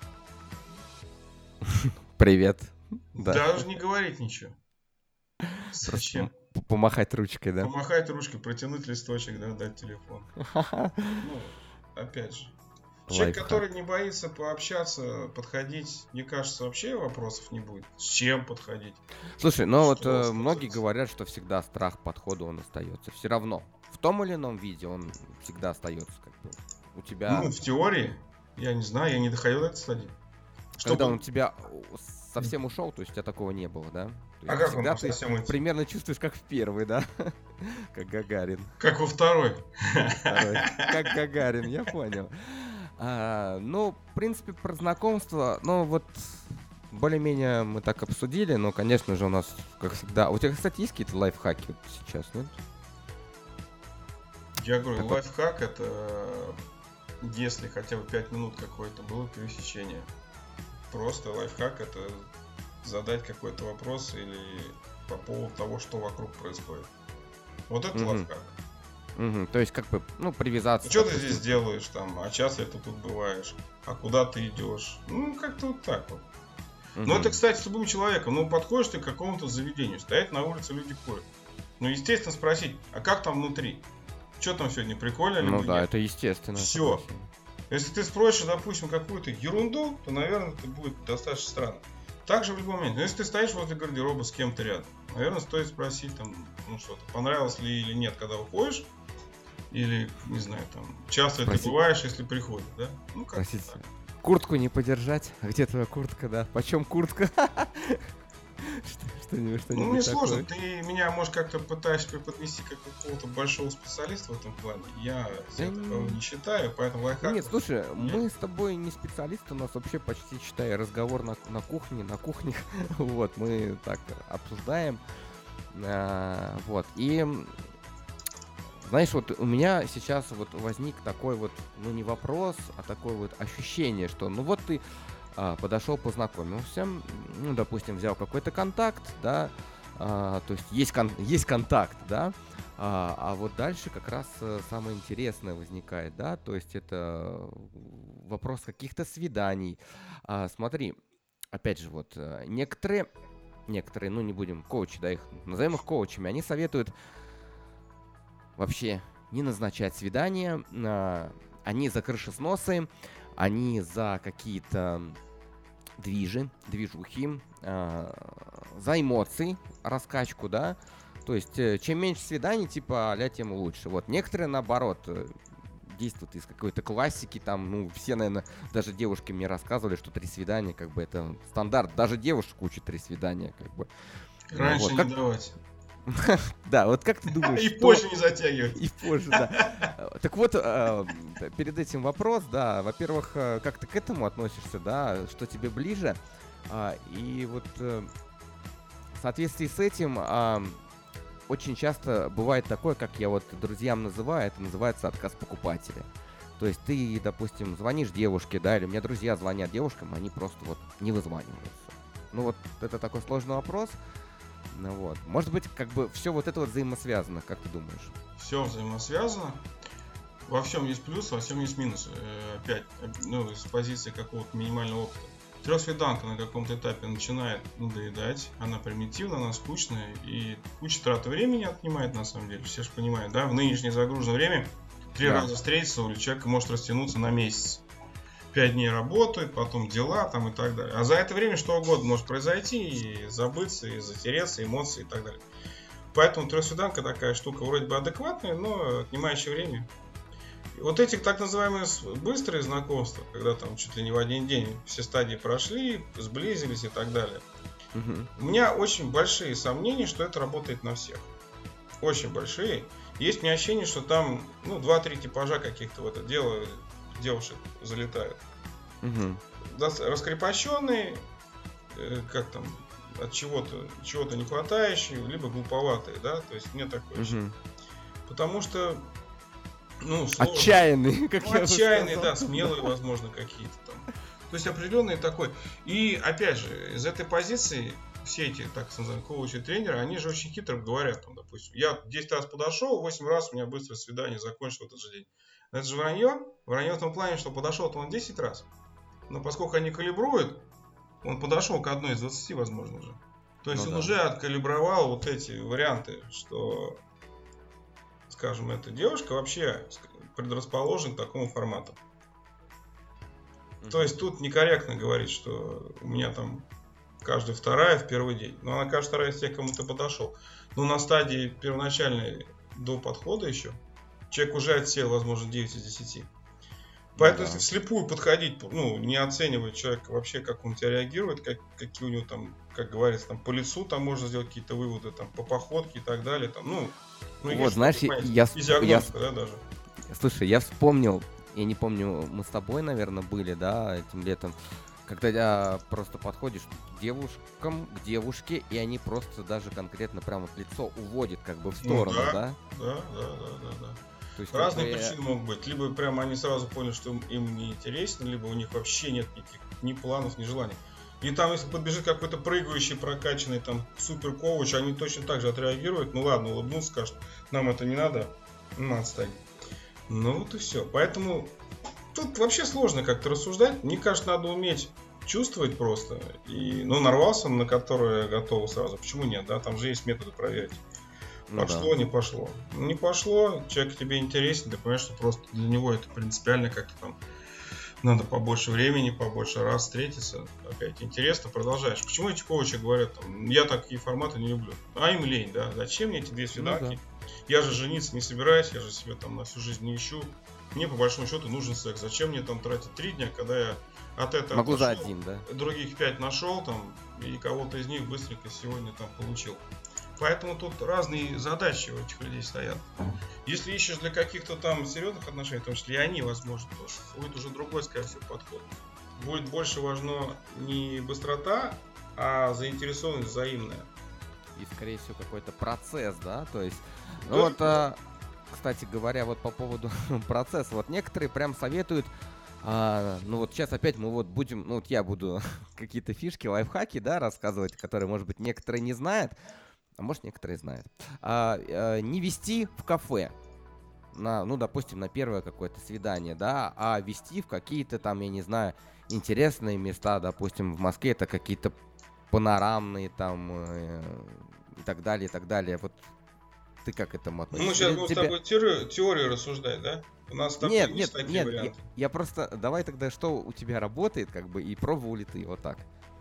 Привет. Да. Даже не говорить ничего. Зачем? П- Помахать ручкой, да. Помахать ручкой, протянуть листочек, да, дать телефон. Ну, опять же. Человек, Лайфхак. который не боится пообщаться, подходить, мне кажется, вообще вопросов не будет. С чем подходить? Слушай, ну вот Что э, сказать? многие говорят, что всегда страх подхода он остается. Все равно. В том или ином виде он всегда остается. Как бы. У тебя, Ну, в теории, я не знаю, я не доходил до этой стадии. когда Чтобы... он у тебя у- совсем ушел, то есть у тебя такого не было, да? То А есть как он всегда там ты совсем уйти? примерно чувствуешь, как в первый, да? Как Гагарин. Как во второй. Второй. Как Гагарин, я понял. А, ну, в принципе, про знакомство, ну вот более-менее мы так обсудили, но, конечно же, у нас, как всегда... У тебя, кстати, есть какие-то лайфхаки вот сейчас, нет? Я говорю, Так вот, лайфхак это если хотя бы пять минут какое-то было пересечение. Просто лайфхак это задать какой-то вопрос или по поводу того, что вокруг происходит. Вот это мгм, лайфхак. мгм. То есть, как бы, ну, Ну привязаться, что ты здесь допустим. делаешь там, а часто ли ты тут бываешь, а куда ты идешь? Ну, как-то вот так вот. Ну, это, Мгм. кстати, с любым человеком. Ну, подходишь ты к какому-то заведению, стоят на улице люди курят. Ну, естественно, спросить, а как там внутри? Что там сегодня, прикольно Ну либо да, нет? это естественно, Все. согласен. Если ты спросишь, допустим, какую-то ерунду, то, наверное, это будет достаточно странно. Также в любой момент. Но если ты стоишь возле гардероба с кем-то рядом, наверное, стоит спросить, там, ну что-то, понравилось ли или нет, когда уходишь, или, не знаю, там, часто ли ты Спросить, бываешь, если приходишь, да? Ну, как-то спросить, так. куртку не подержать? А где твоя куртка, да? Почем куртка? Что- Что-нибудь, Ну, что-нибудь мне сложно. такое. Ты меня, может, как-то пытаешься преподнести как какого-то большого специалиста в этом плане. Я Да себя таковым н- не считаю, поэтому Нет, лайфхаков слушай, нет. мы с тобой не специалисты, у нас вообще почти, считай, разговор на, на кухне, на кухнях. Вот, мы так обсуждаем. А, Вот, и м, знаешь, вот у меня сейчас вот возник такой вот, ну не вопрос, а такое вот ощущение, что ну вот ты а, подошел, познакомился, м, ну, допустим, взял какой-то контакт, да, а, то есть есть, кон- есть контакт, да, а, а вот дальше как раз э, самое интересное возникает, да, то есть это вопрос каких-то свиданий. А, смотри, опять же, вот э, некоторые, некоторые, ну не будем коучи, да, их назовем их коучами, они советуют вообще не назначать свидания, а, они за крышесносы, они за какие-то движи, движухи, а, за эмоции, раскачку, да. То есть, э, чем меньше свиданий, типа, а тем лучше. Вот некоторые, наоборот, э, действуют из какой-то классики, там, ну, все, наверное, даже девушки мне рассказывали, что три свидания, как бы, это стандарт. Даже девушек учат три свидания, как бы. Ну, Раньше вот, не как, давать. да, вот как ты думаешь, И что позже не затягивать. и позже, да. Э, Так вот, э, п- перед этим вопрос, да, во-первых, э, как ты к этому относишься, да, что тебе ближе, а, и вот э, в соответствии с этим а, очень часто бывает такое, как я вот друзьям называю, это называется отказ покупателя. То есть ты, допустим, звонишь девушке, да, или у меня друзья звонят девушкам, они просто вот не вызваниваются. Ну вот это такой сложный вопрос. Ну вот. Может быть, как бы все вот это вот взаимосвязано, как ты думаешь? Все взаимосвязано. Во всем есть плюс, во всем есть минус. Э, Опять, э, ну, с позиции какого-то минимального опыта. Трехсвиданка на каком-то этапе начинает надоедать, она примитивна, она скучная и куча траты времени отнимает на самом деле. Все же понимают, да, в нынешнее загруженное время три Да. раза встретиться у человека может растянуться на месяц. Пять дней работает, потом дела там и так далее. А за это время что угодно может произойти, и забыться, и затереться, эмоции и так далее. Поэтому трехсвиданка такая штука вроде бы адекватная, но отнимающая время. И вот эти так называемые с- быстрые знакомства, когда там чуть ли не в один день все стадии прошли, сблизились и так далее. Мгм. У меня очень большие сомнения, что это работает на всех. Очень большие. Есть мне ощущение, что там ну, два-три типажа каких-то в это дело девушек залетают. Мгм. Дос- Раскрепощенные, э, как там, от чего-то чего-то не хватающие, либо глуповатые, да, то есть мне такое ощущение. Мгм. Потому что, ну, сложно. Отчаянный, как Ну, я бы отчаянные, сказал. да, смелые, возможно, какие-то там. То есть определенный такой. И опять же, из этой позиции все эти, так называемые, коучи, тренеры, они же очень хитро говорят, там, допустим, я десять раз подошел, восемь раз у меня быстрое свидание закончилось в этот же день. Но это же вранье. Вранье в том плане, что подошел-то он десять раз. Но поскольку они калибруют, он подошел к одной из двадцати, возможно же. То есть Ну он да. уже откалибровал вот эти варианты, что, скажем, эта девушка вообще предрасположена к такому формату. То есть тут некорректно говорить, что у меня там каждая вторая в первый день. Но она каждая вторая из тех, кому ты подошел. Но на стадии первоначальной до подхода еще человек уже отсел, возможно, девять из десяти. Поэтому, да. если вслепую подходить, ну, не оценивать человека вообще, как он тебя реагирует, как, какие у него там, как говорится, там по лицу там можно сделать какие-то выводы, там по походке и так далее. Там, ну, ну Вот, есть знаешь, что-то, я- понятно, я сп- физиогномика, да, даже. Слушай, я вспомнил, я не помню, мы с тобой, наверное, были, да, этим летом, когда я просто подходишь к девушкам, к девушке, и они просто даже конкретно прямо в лицо уводят как бы в Ну сторону, да. да? Да, да, да, да, да. То То есть, как Разные бы, причины могут быть. Либо прямо они сразу поняли, что им, им не интересно, либо у них вообще нет никаких ни планов, ни желаний. И там, если подбежит какой-то прыгающий, прокачанный там супер коуч, они точно так же отреагируют. Ну ладно, улыбнутся, скажут, нам это не надо, ну отстань. Ну вот и все. Поэтому тут вообще сложно как-то рассуждать. Мне кажется, надо уметь чувствовать просто. И, ну, нарвался, на которое готово сразу. Почему нет, да? Там же есть методы проверить. ну Пошло, да. не пошло. Не пошло, человек тебе интересен, ты понимаешь, что просто для него это принципиально как-то там надо побольше времени, побольше раз встретиться. Опять интересно, продолжаешь. Почему эти коучи говорят, там, я такие форматы не люблю? А им лень, да? Зачем мне эти две свиданки? Ну Я же жениться не собираюсь, я же себе там на всю жизнь не ищу. Мне по большому счету нужен секс. Зачем мне там тратить три дня, когда я от этого Могу за отошел, один, да. других пять нашел там, и кого-то из них быстренько сегодня там получил. Поэтому тут разные задачи у этих людей стоят. Если ищешь для каких-то там серьезных отношений, в том числе и они, возможно, тоже, будет уже другой, скорее всего, подход. Будет больше важно не быстрота, а заинтересованность взаимная. И, скорее всего, какой-то процесс, да, то есть, ну Да. вот, а, кстати говоря, вот по поводу процесса, вот некоторые прям советуют, а, ну вот сейчас опять мы вот будем, ну вот я буду какие-то фишки, лайфхаки, да, рассказывать, которые, может быть, некоторые не знают, а может, некоторые знают. А, а, не вести в кафе, на, ну, допустим, на первое какое-то свидание, да, а вести в какие-то там, я не знаю, интересные места, допустим, в Москве это какие-то панорамные там э, и так далее, и так далее. Вот ты как к этому Ну, относишься? мы сейчас Или будем с тебе- тобой теорию, теорию рассуждать, да? У нас с тобой Нет, есть нет, такие нет, я, варианты? я просто, давай тогда, что у тебя работает, как бы, и пробовал ли ты вот так?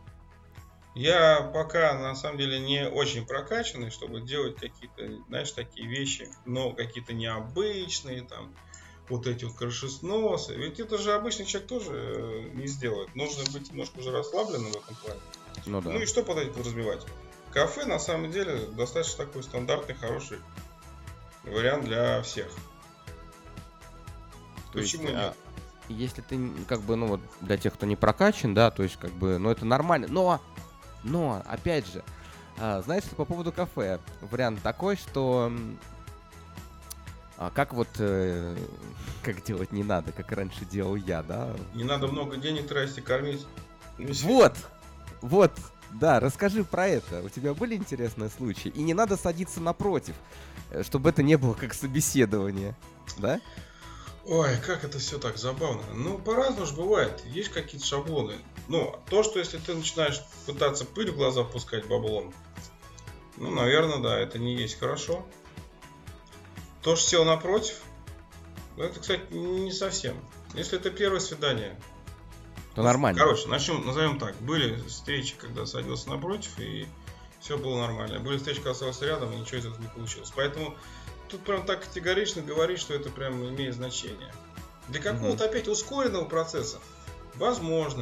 Я пока на самом деле не очень прокачанный, чтобы делать какие-то, знаешь, такие вещи, но какие-то необычные, там, вот эти вот крышесносы. Ведь это же обычный человек тоже э, не сделает. Нужно быть немножко уже расслабленным в этом плане. Ну да. Ну и что под этим подразумевать? Кафе на самом деле достаточно такой стандартный, хороший вариант для всех. То есть, Почему а, нет? если ты, н- как бы, ну вот, для тех, кто не прокачан, да, то есть, как бы, ну это нормально. Но, но, опять же, а, знаешь, что по поводу кафе, вариант такой, что м, а, как вот, э, как делать не надо, как раньше делал я, да. Не надо много денег тратить и кормить. Весь- Вот, вот, да, расскажи про это. У тебя были интересные случаи? И не надо садиться напротив, э, чтобы это не было как собеседование, да? Ой, как это все так забавно. Ну, по-разному же бывает. Есть какие-то шаблоны. Ну, то, что если ты начинаешь пытаться пыль в глаза пускать баблом, ну, наверное, да, это не есть хорошо. То, что сел напротив, это, кстати, не совсем. Если это первое свидание. То нормально. Короче, начнем, назовем так. Были встречи, когда садился напротив, и все было нормально. Были встречи, когда садился рядом, и ничего из этого не получилось. Поэтому тут прям так категорично говорить, что это прям имеет значение. Для какого-то опять ускоренного процесса. Возможно.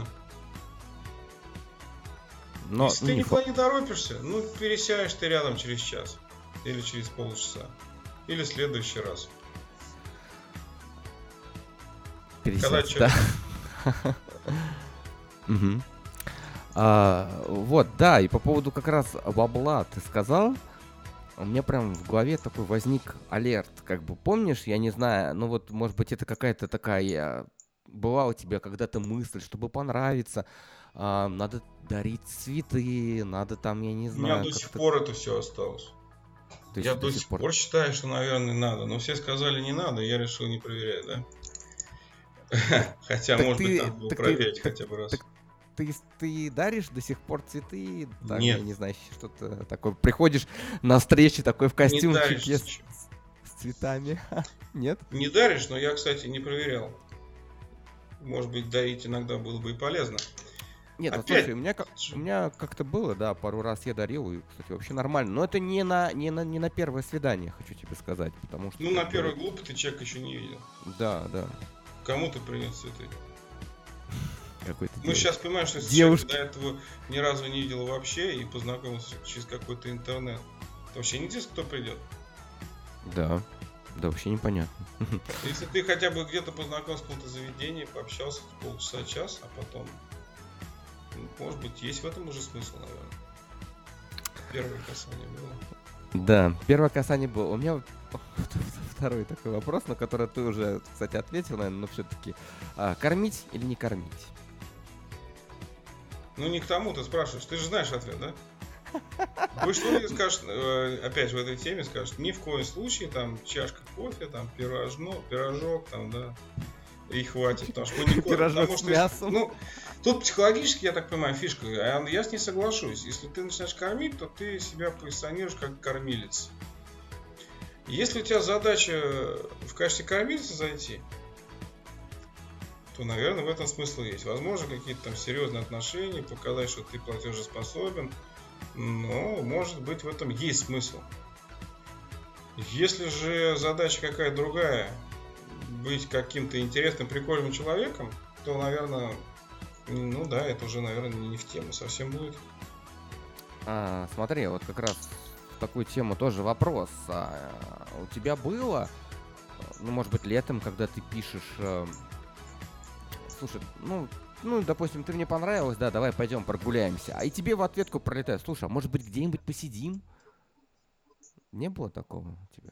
Но Если ты не никуда не торопишься, ну пересядешь ты рядом через час. Или через полчаса. Или в следующий раз. Когда пересесть, человек- да. Мгм. А, Вот, да, и по поводу как раз бабла ты сказал, у меня прям в голове такой возник алерт, как бы помнишь, я не знаю, ну вот, может быть, это какая-то такая, была у тебя когда-то мысль, чтобы понравиться, а, надо дарить цветы, надо там, я не У меня знаю, до сих как-то... пор это все осталось. То есть Я до сих пор считаю, что, наверное, надо. Но все сказали не надо, и я решил не проверять, да? Хотя, Так может быть, ты- надо было так ты- проверить так- хотя бы раз. так Ты, ты даришь до сих пор цветы? Там, Нет. я не знаю, что-то такое. Приходишь на встречи такой в Не даришь костюмчике с, ничего. с цветами. Нет? Не даришь, но я, кстати, не проверял. Может быть, дарить иногда было бы и полезно. Нет, ну Опять слушай, у меня, как, же. у меня как-то было, да, пару раз я дарил, и, кстати, вообще нормально. Но это не на, не на, не на первое свидание, хочу тебе сказать, потому что... Ну, на как бы, первый глупый ты человек еще не видел. Да, да. Кому ты принес цветы? Какой-то Мы девушка. сейчас понимаем, что если Девушки. человек до этого ни разу не видел вообще и познакомился через какой-то интернет, то вообще неизвестно, кто придет. Да, да, вообще непонятно. Если ты хотя бы где-то познакомился в каком-то заведении, пообщался полчаса, час, а потом, ну, может быть, есть в этом уже смысл, наверное. Первое касание было. Да, первое касание было. У меня вот в, в- в второй такой вопрос, на который ты уже, кстати, ответил, наверное, но все-таки. А, кормить или не кормить? Ну, не к тому ты спрашиваешь. Ты же знаешь ответ, да? Больше что скажешь, э, опять в этой теме скажешь, ни в коем случае, там, чашка кофе, там, пирожно, пирожок, там, да, и хватит, потому что мы не кормим. Пирожок Потому с что, мясом. ну, тут психологически, я так понимаю, фишка, а я с ней соглашусь. Если ты начинаешь кормить, то ты себя позиционируешь как кормилец. Если у тебя задача в качестве кормильца зайти, то, наверное, в этом смысл есть. Возможно, какие-то там серьезные отношения, показать, что ты платежеспособен, но, может быть, в этом есть смысл. Если же задача какая-то другая, быть каким-то интересным, прикольным человеком, то, наверное, ну да, это уже, наверное, не в тему совсем будет. А, смотри, вот как раз в такую тему тоже вопрос. А, у тебя было, ну, может быть, летом, когда ты пишешь, э, слушай, ну, ну, допустим, ты мне понравилась, да, давай пойдем прогуляемся. А и тебе в ответку пролетает, слушай, а может быть, где-нибудь посидим? Не было такого у тебя?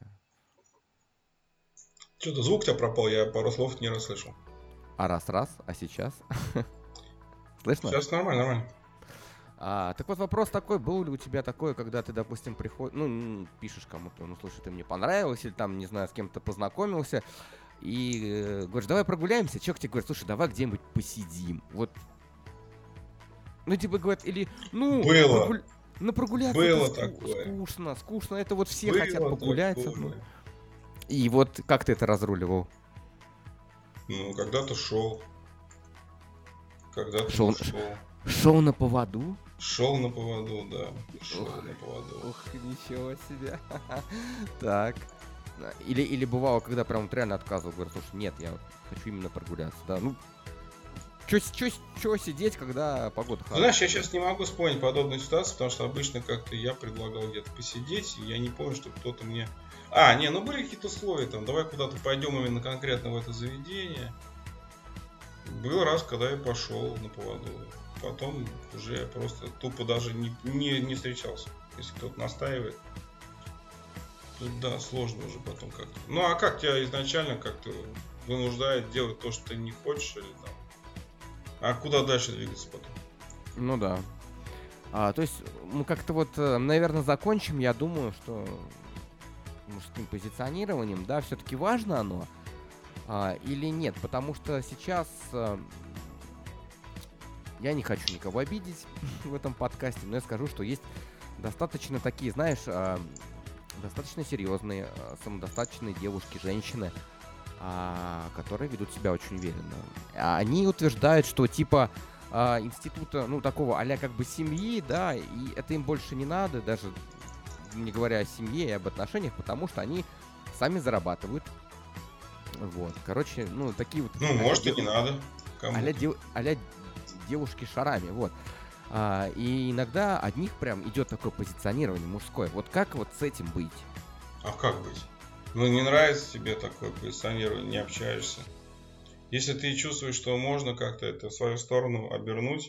Что-то звук у тебя пропал, я пару слов не расслышал. А раз-раз, а сейчас? Слышно? Сейчас нормально, нормально. А, так вот вопрос такой, был ли у тебя такое, когда ты, допустим, приходишь, ну, м, пишешь кому-то, ну, слушай, ты мне понравилась, или там, не знаю, с кем-то познакомился, и э, говоришь, давай прогуляемся, человек тебе говорит, слушай, давай где-нибудь посидим, вот, ну, типа, говорят, или, ну, Было. прогуль- ну, прогуляться Было это ску- такое. скучно, скучно, это вот все Было хотят погулять, такое. ну. И вот как ты это разруливал? Ну, когда-то шел. Когда-то Шел- не шел. Шел на поводу? Шел на поводу, да. Шел Ух. на поводу. Ух, ничего себе. Так. Или, или бывало, когда прям вот реально отказывал, говорю, слушай, нет, я хочу именно прогуляться, да, ну, чё, чё, чё сидеть, когда погода Ты хорошая? знаешь, я сейчас не могу вспомнить подобную ситуацию, потому что обычно как-то я предлагал где-то посидеть, и я не помню, что кто-то мне... А, не, ну были какие-то условия, там, давай куда-то пойдем именно конкретно в это заведение. Был раз, когда я пошел на поводу. Потом уже я просто тупо даже не, не, не встречался. Если кто-то настаивает, тут да, сложно уже потом как-то. Ну а как тебя изначально как-то вынуждает делать то, что ты не хочешь, или там. А куда дальше двигаться потом? Ну да. А, то есть мы как-то вот, э, наверное, закончим, я думаю, что мужским позиционированием, да, все-таки важно оно а, или нет, потому что сейчас э, я не хочу никого обидеть в этом подкасте, но я скажу, что есть достаточно такие, знаешь, а, достаточно серьезные, а, самодостаточные девушки, женщины, а, которые ведут себя очень уверенно. А Они утверждают, что типа а, института, ну, такого а-ля как бы семьи, да, и это им больше не надо, даже не говоря о семье и об отношениях, потому что они сами зарабатывают. Вот, короче, ну, такие вот... Ну, а-ля может и дев- не надо. Кому? а-ля дев- а-ля девушки шарами, вот. А, и иногда от них прям идет такое позиционирование мужское. Вот как вот с этим быть? А как быть? Ну, не нравится тебе такое позиционирование, не общаешься. Если ты чувствуешь, что можно как-то это в свою сторону обернуть,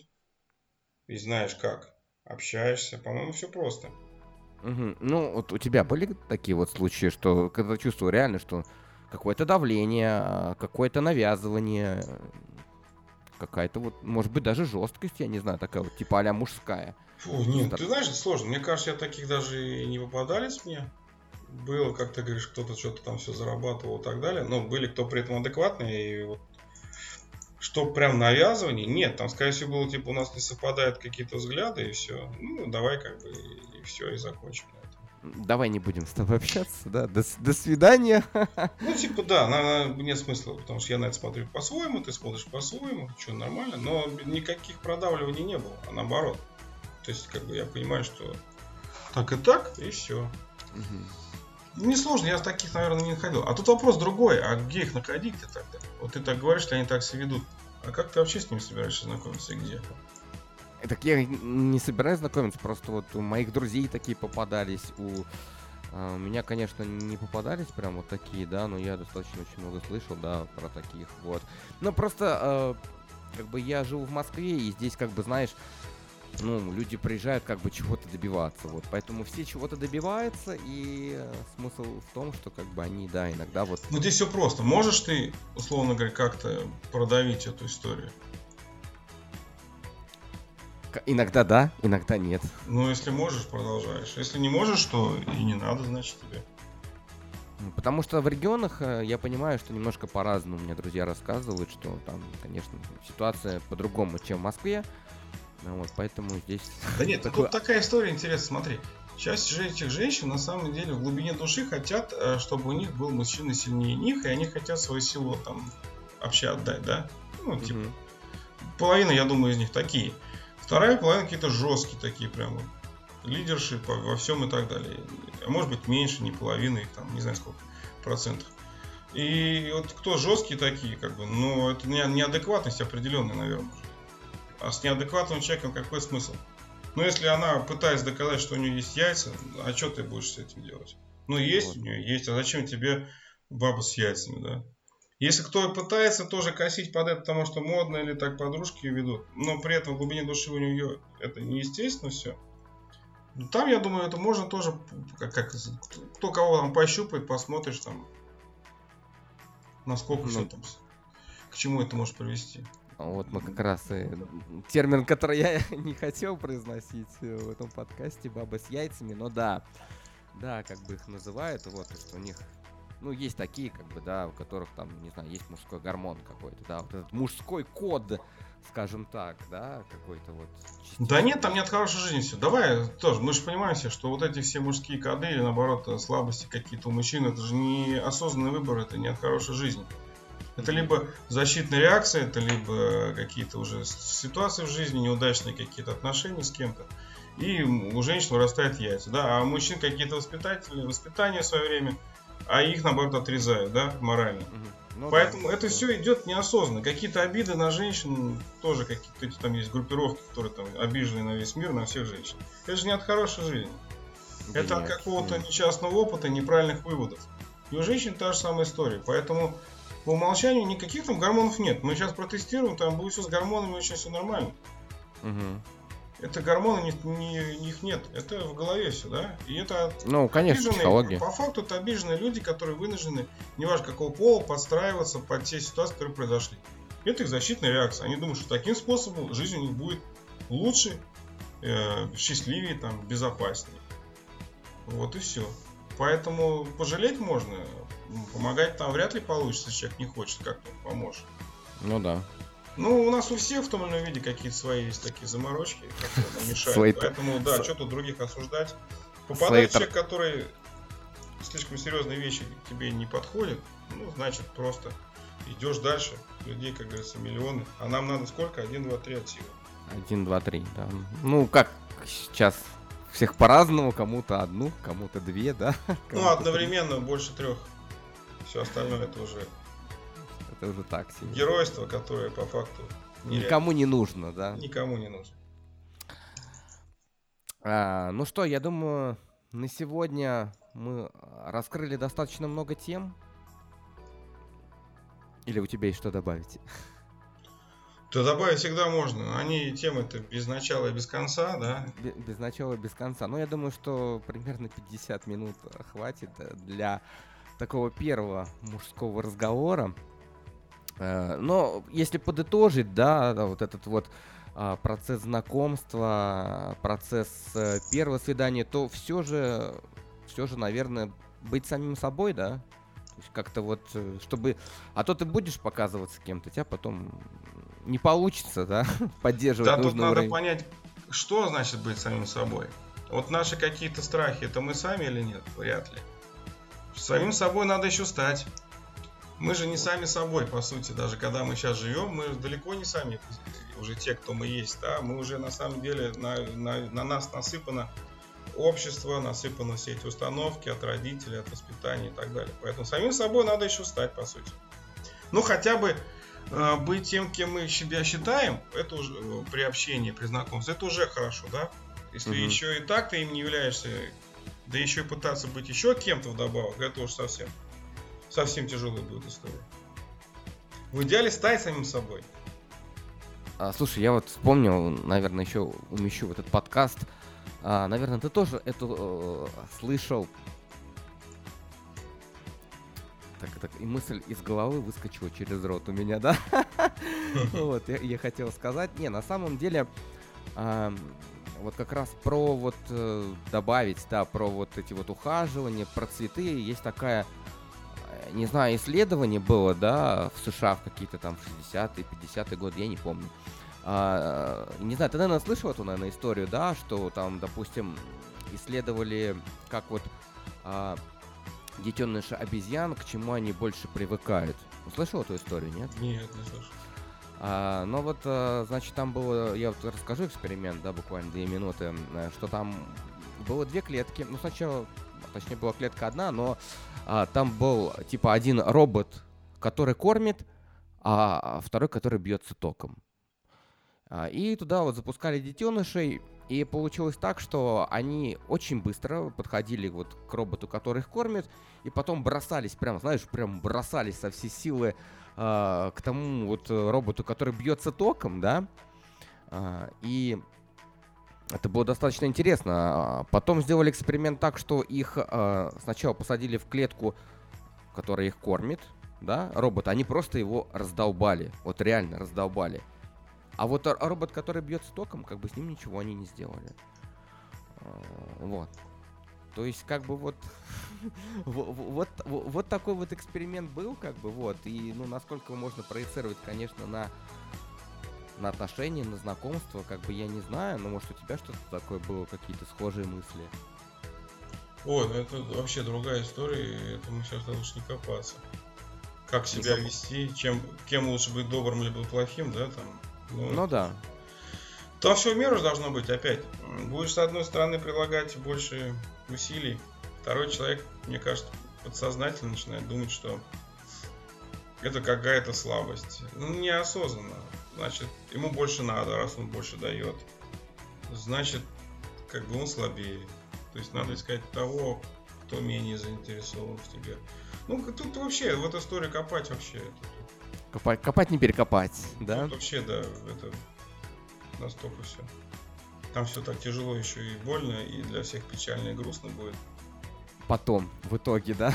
и знаешь как, общаешься, по-моему, все просто. Мгм. Ну, вот у тебя были такие вот случаи, что когда чувствую реально, что какое-то давление, а, какое-то навязывание, э, какая-то вот, может быть, даже жесткость, я не знаю, такая вот, типа а-ля мужская. Фу, нет, Ста- ты знаешь, это сложно. Мне кажется, я таких даже и не попадались мне. Было, как ты говоришь, кто-то что-то там все зарабатывал и так далее. Но были кто при этом адекватные. И вот что прям навязывание, нет. Там, скорее всего, было типа у нас не совпадают какие-то взгляды и все. Ну, давай как бы и все, и закончим на этом. Давай не будем с тобой общаться, да? До, с- до свидания. Ну, типа, да, на- на- нет смысла, потому что я на это смотрю по-своему, ты смотришь по-своему, что нормально, но никаких продавливаний не было, а наоборот. То есть, как бы я понимаю, что так и так, и все. Мгм. Несложно, я таких, наверное, не находил. А тут вопрос другой, а где их находить-то тогда? Вот ты так говоришь, что они так себя ведут. А как ты вообще с ними собираешься знакомиться и где? Так я не собираюсь знакомиться, просто вот у моих друзей такие попадались, у, а, у меня, конечно, не попадались прям вот такие, да, но я достаточно очень много слышал, да, про таких, вот. Но просто, э, как бы я живу в Москве, и здесь, как бы, знаешь, ну, люди приезжают как бы чего-то добиваться, вот, поэтому все чего-то добиваются, и э, смысл в том, что как бы они, да, иногда вот... Ну, здесь все просто. Можешь ты, условно говоря, как-то продавить эту историю? К- Иногда да, иногда нет. Ну, если можешь, продолжаешь. Если не можешь, то и не надо, значит, тебе. Ну, потому что в регионах э, я понимаю, что немножко по-разному. Мне друзья рассказывают, что там, конечно, ситуация по-другому, чем в Москве. Ну, вот, поэтому здесь... Да нет, такое- тут такая история интересная, смотри. Часть же этих женщин на самом деле в глубине души хотят, э, чтобы у них был мужчина сильнее них, и они хотят свою силу там вообще отдать, да? Ну, типа, Мгм. половина, я думаю, из них такие. Вторая половина какие-то жесткие такие прям, лидерши по- во всем и так далее. А может быть меньше, не половина, их там, не знаю сколько процентов. И вот кто жесткие такие, как бы, ну, это не, неадекватность определенная, наверное. А с неадекватным человеком какой смысл? Ну, если она пытается доказать, что у нее есть яйца, а что ты будешь с этим делать? Ну, есть Вот. у нее, есть, а зачем тебе баба с яйцами, да? Если кто пытается тоже косить под это, потому что модно или так подружки ведут, но при этом в глубине души у нее это неестественно все, там, я думаю, это можно тоже, как, как кто кого там пощупает, посмотришь там, насколько Ну. все там, к чему это может привести. Вот мы как раз и термин, который я не хотел произносить э, в этом подкасте, баба с яйцами, но да, да, как бы их называют, вот, и что у них, ну, есть такие, как бы, да, у которых там, не знаю, есть мужской гормон какой-то, да, вот этот мужской код, скажем так, да, какой-то вот. Да нет, там не от хорошей жизни все. Давай тоже, мы же понимаем все, что вот эти все мужские коды или наоборот слабости какие-то у мужчин, это же не осознанный выбор, это не от хорошей жизни. Это либо защитная реакция, это либо какие-то уже ситуации в жизни, неудачные какие-то отношения с кем-то. И у женщин вырастают яйца, да, а у мужчин какие-то воспитатели, воспитания в свое время, а их наоборот отрезают, да, морально. Мгм. Ну Поэтому да, это да. все идет неосознанно. Какие-то обиды на женщин, тоже какие-то эти там есть группировки, которые там обижены на весь мир, на всех женщин. Это же не от хорошей жизни. Да Это от нет, какого-то нет. несчастного опыта, неправильных выводов. И у женщин та же самая история. Поэтому по умолчанию никаких там гормонов нет. Мы сейчас протестируем, там будет все с гормонами, очень все нормально. Мгм. Это гормоны, не, не- них нет. Это в голове все, да? И это Ну, конечно, обиженные, психология. по факту это обиженные люди, которые вынуждены, неважно какого пола, подстраиваться под те ситуации, которые произошли. Это их защитная реакция. Они думают, что таким способом жизнь у них будет лучше, э, счастливее, там, безопаснее. Вот и все. Поэтому пожалеть можно, помогать там вряд ли получится, если человек не хочет, как ты поможешь. Ну да. Ну, у нас у всех в том или ином виде какие-то свои есть такие заморочки, которые нам мешают. Свои- Поэтому, да, с- что тут других осуждать. Свои Попадает тр- человек, который слишком серьезные вещи к тебе не подходит, ну, значит, просто идешь дальше. Людей, как говорится, миллионы. А нам надо сколько? Один, два, три от силы. Один, два, три, да. Ну, как сейчас всех по-разному, кому-то одну, кому-то две, да. Ну, кому-то одновременно больше трех. Все остальное это уже три. Это уже так себе. геройство, которое по факту нереально. Никому не нужно, да. Никому не нужно. А, ну что, я думаю, на сегодня мы а, раскрыли достаточно много тем. Или у тебя есть что добавить? То добавить всегда можно. Они темы-то без начала и без конца, да? Бе- Без начала, без конца. Ну, я думаю, что примерно пятьдесят минут а, хватит э, для такого первого мужского разговора. Э, Но если подытожить, да, да, вот этот вот а, процесс знакомства, процесс э, первого свидания, то все же, все же, наверное, быть самим собой, да? То есть как-то вот, э, чтобы... А то ты будешь показываться кем-то, у тебя потом не получится, да, поддерживать Да, тут нужный надо уровень. понять, что значит быть самим собой. Вот наши какие-то страхи, это мы сами или нет? Вряд ли. Самим собой надо еще стать. Мы же не сами собой, по сути. Даже когда мы сейчас живем, мы далеко не сами уже те, кто мы есть. Да? Мы уже на самом деле, на, на, на нас насыпано общество, насыпаны все эти установки от родителей, от воспитания и так далее. Поэтому самим собой надо еще стать, по сути. Ну, хотя бы э, быть тем, кем мы себя считаем, это уже э, при общении, при знакомстве, это уже хорошо, да? Если Мгм. еще и так ты им не являешься, да еще и пытаться быть еще кем-то вдобавок, это уж совсем, совсем тяжелая будет история. В идеале стать самим собой. А, слушай, я вот вспомнил, наверное, еще умещу в этот подкаст. А, наверное, ты тоже эту э, слышал. Так, так, и мысль из головы выскочила через рот у меня, да? Вот, я, я хотел сказать. Не, на самом деле, а, вот как раз про вот э, добавить, да, про вот эти вот ухаживания, про цветы. Есть такая, э, не знаю, исследование было, да, в США в какие-то там шестидесятые, пятидесятые годы, я не помню. А, не знаю, ты, наверное, слышал эту, наверное, историю, да, что там, допустим, исследовали, как вот а, детеныши обезьян, к чему они больше привыкают. Слышал эту историю, нет? Нет, не слышал. А, ну вот, а, значит, там было, я вот расскажу эксперимент, да, буквально две минуты, что там было две клетки, ну сначала, точнее, была клетка одна, но а, там был типа один робот, который кормит, а второй, который бьется током. А, и туда вот запускали детенышей, и получилось так, что они очень быстро подходили вот к роботу, который их кормит, и потом бросались, прям, знаешь, прям бросались со всей силы э, к тому вот роботу, который бьется током, да, а, и это было достаточно интересно. Потом сделали эксперимент так, что их э, сначала посадили в клетку, которая их кормит, да, робот, они просто его раздолбали, вот реально раздолбали. А вот робот, который бьется током, как бы с ним ничего они не сделали. Вот. То есть, как бы вот, вот, вот такой вот эксперимент был, как бы, вот. И, ну, насколько можно проецировать, конечно, на, на отношения, на знакомство, как бы, я не знаю, но, может, у тебя что-то такое было, какие-то схожие мысли? Ой, ну это вообще другая история, и это мы сейчас лучше не копаться. Как себя вести, чем, кем лучше быть добрым либо плохим, да, там. Ну, ну да. Там все в меру должно быть, опять. Будешь с одной стороны прилагать больше усилий, второй человек, мне кажется, подсознательно начинает думать, что это какая-то слабость. Ну, неосознанно. Значит, ему больше надо, раз он больше дает. Значит, как бы он слабее. То есть надо искать того, кто менее заинтересован в тебе. Ну, тут вообще, в эту историю копать вообще. Копать, копать не перекопать, да? Тут вообще, да, это настолько все. Там все так тяжело еще и больно, и для всех печально и грустно будет. Потом, в итоге, да?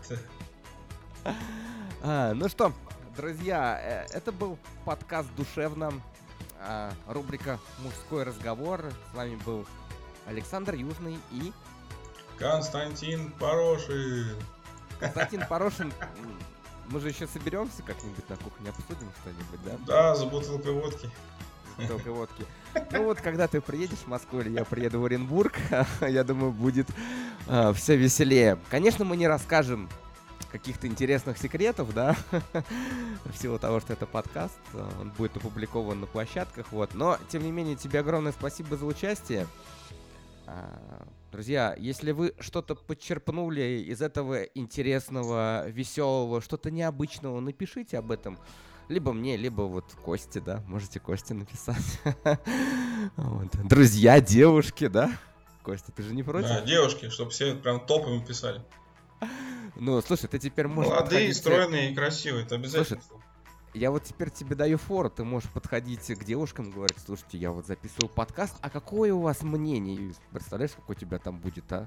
а, ну что, друзья, это был подкаст «Душевно», а, рубрика «Мужской разговор». С вами был Александр Южный и... Константин Порошин. Константин Порошин... Мы же еще соберемся как-нибудь на кухне, обсудим что-нибудь, да? Да, за бутылкой водки. Бутылкой водки. Ну вот, когда ты приедешь в Москву или я приеду в Оренбург, я думаю, будет э, все веселее. Конечно, мы не расскажем каких-то интересных секретов, да, в силу того, что это подкаст, он будет опубликован на площадках, вот. Но, тем не менее, тебе огромное спасибо за участие. Друзья, если вы что-то подчерпнули из этого интересного, веселого, что-то необычного, напишите об этом. Либо мне, либо вот Косте, да, можете Косте написать. Вот. Друзья, девушки, да? Костя, ты же не против? Да, девушки, чтобы все прям топами писали. Ну, слушай, ты теперь можешь молодые, подходить... стройные и красивые, это обязательно. Слушай, я вот теперь тебе даю фору, ты можешь подходить к девушкам и говорить: слушайте, я вот записываю подкаст, а какое у вас мнение? Представляешь, какой у тебя там будет, а?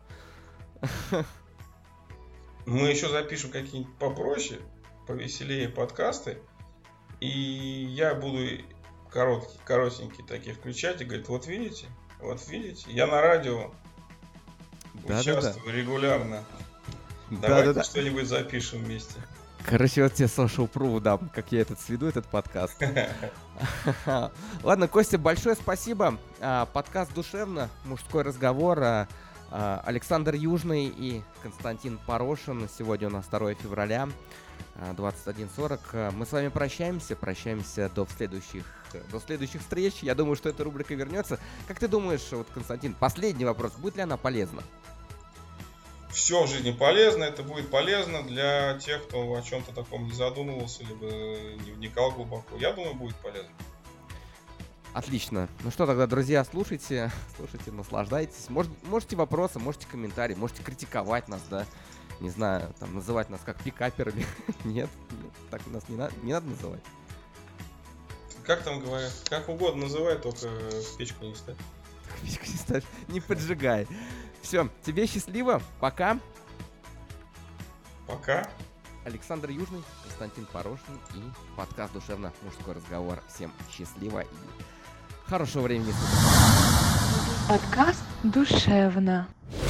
Мы еще запишем какие-нибудь попроще, повеселее подкасты, и я буду короткие, коротенькие такие включать и говорить: вот видите, вот видите, я на радио да, участвую да, да. регулярно. Давайте да, да, что-нибудь да. запишем вместе. Короче, вот тебе social proof дам, как я этот сведу, этот подкаст. Ладно, Костя, большое спасибо. Подкаст «Душевно», мужской разговор. Александр Южный и Константин Порошин. Сегодня у нас второе февраля, двадцать один сорок. Мы с вами прощаемся, прощаемся до следующих, до следующих встреч. Я думаю, что эта рубрика вернется. Как ты думаешь, вот, Константин, последний вопрос, будет ли она полезна? Все в жизни полезно, это будет полезно для тех, кто о чем-то таком не задумывался, либо не вникал глубоко. Я думаю, будет полезно. Отлично. Ну что тогда, друзья, слушайте, слушайте, наслаждайтесь. Может, можете вопросы, можете комментарии, можете критиковать нас, да. Не знаю, там, называть нас как пикаперами. Нет, нет, так нас не, на, не надо называть. как там говорят, как угодно называй, только в печку не ставь. Печку не ставь, не поджигай. Все, тебе счастливо, пока. Пока. Александр Южный, Константин Порожний и подкаст «Душевно мужской разговор». Всем счастливо и хорошего времени суток. Подкаст «Душевно».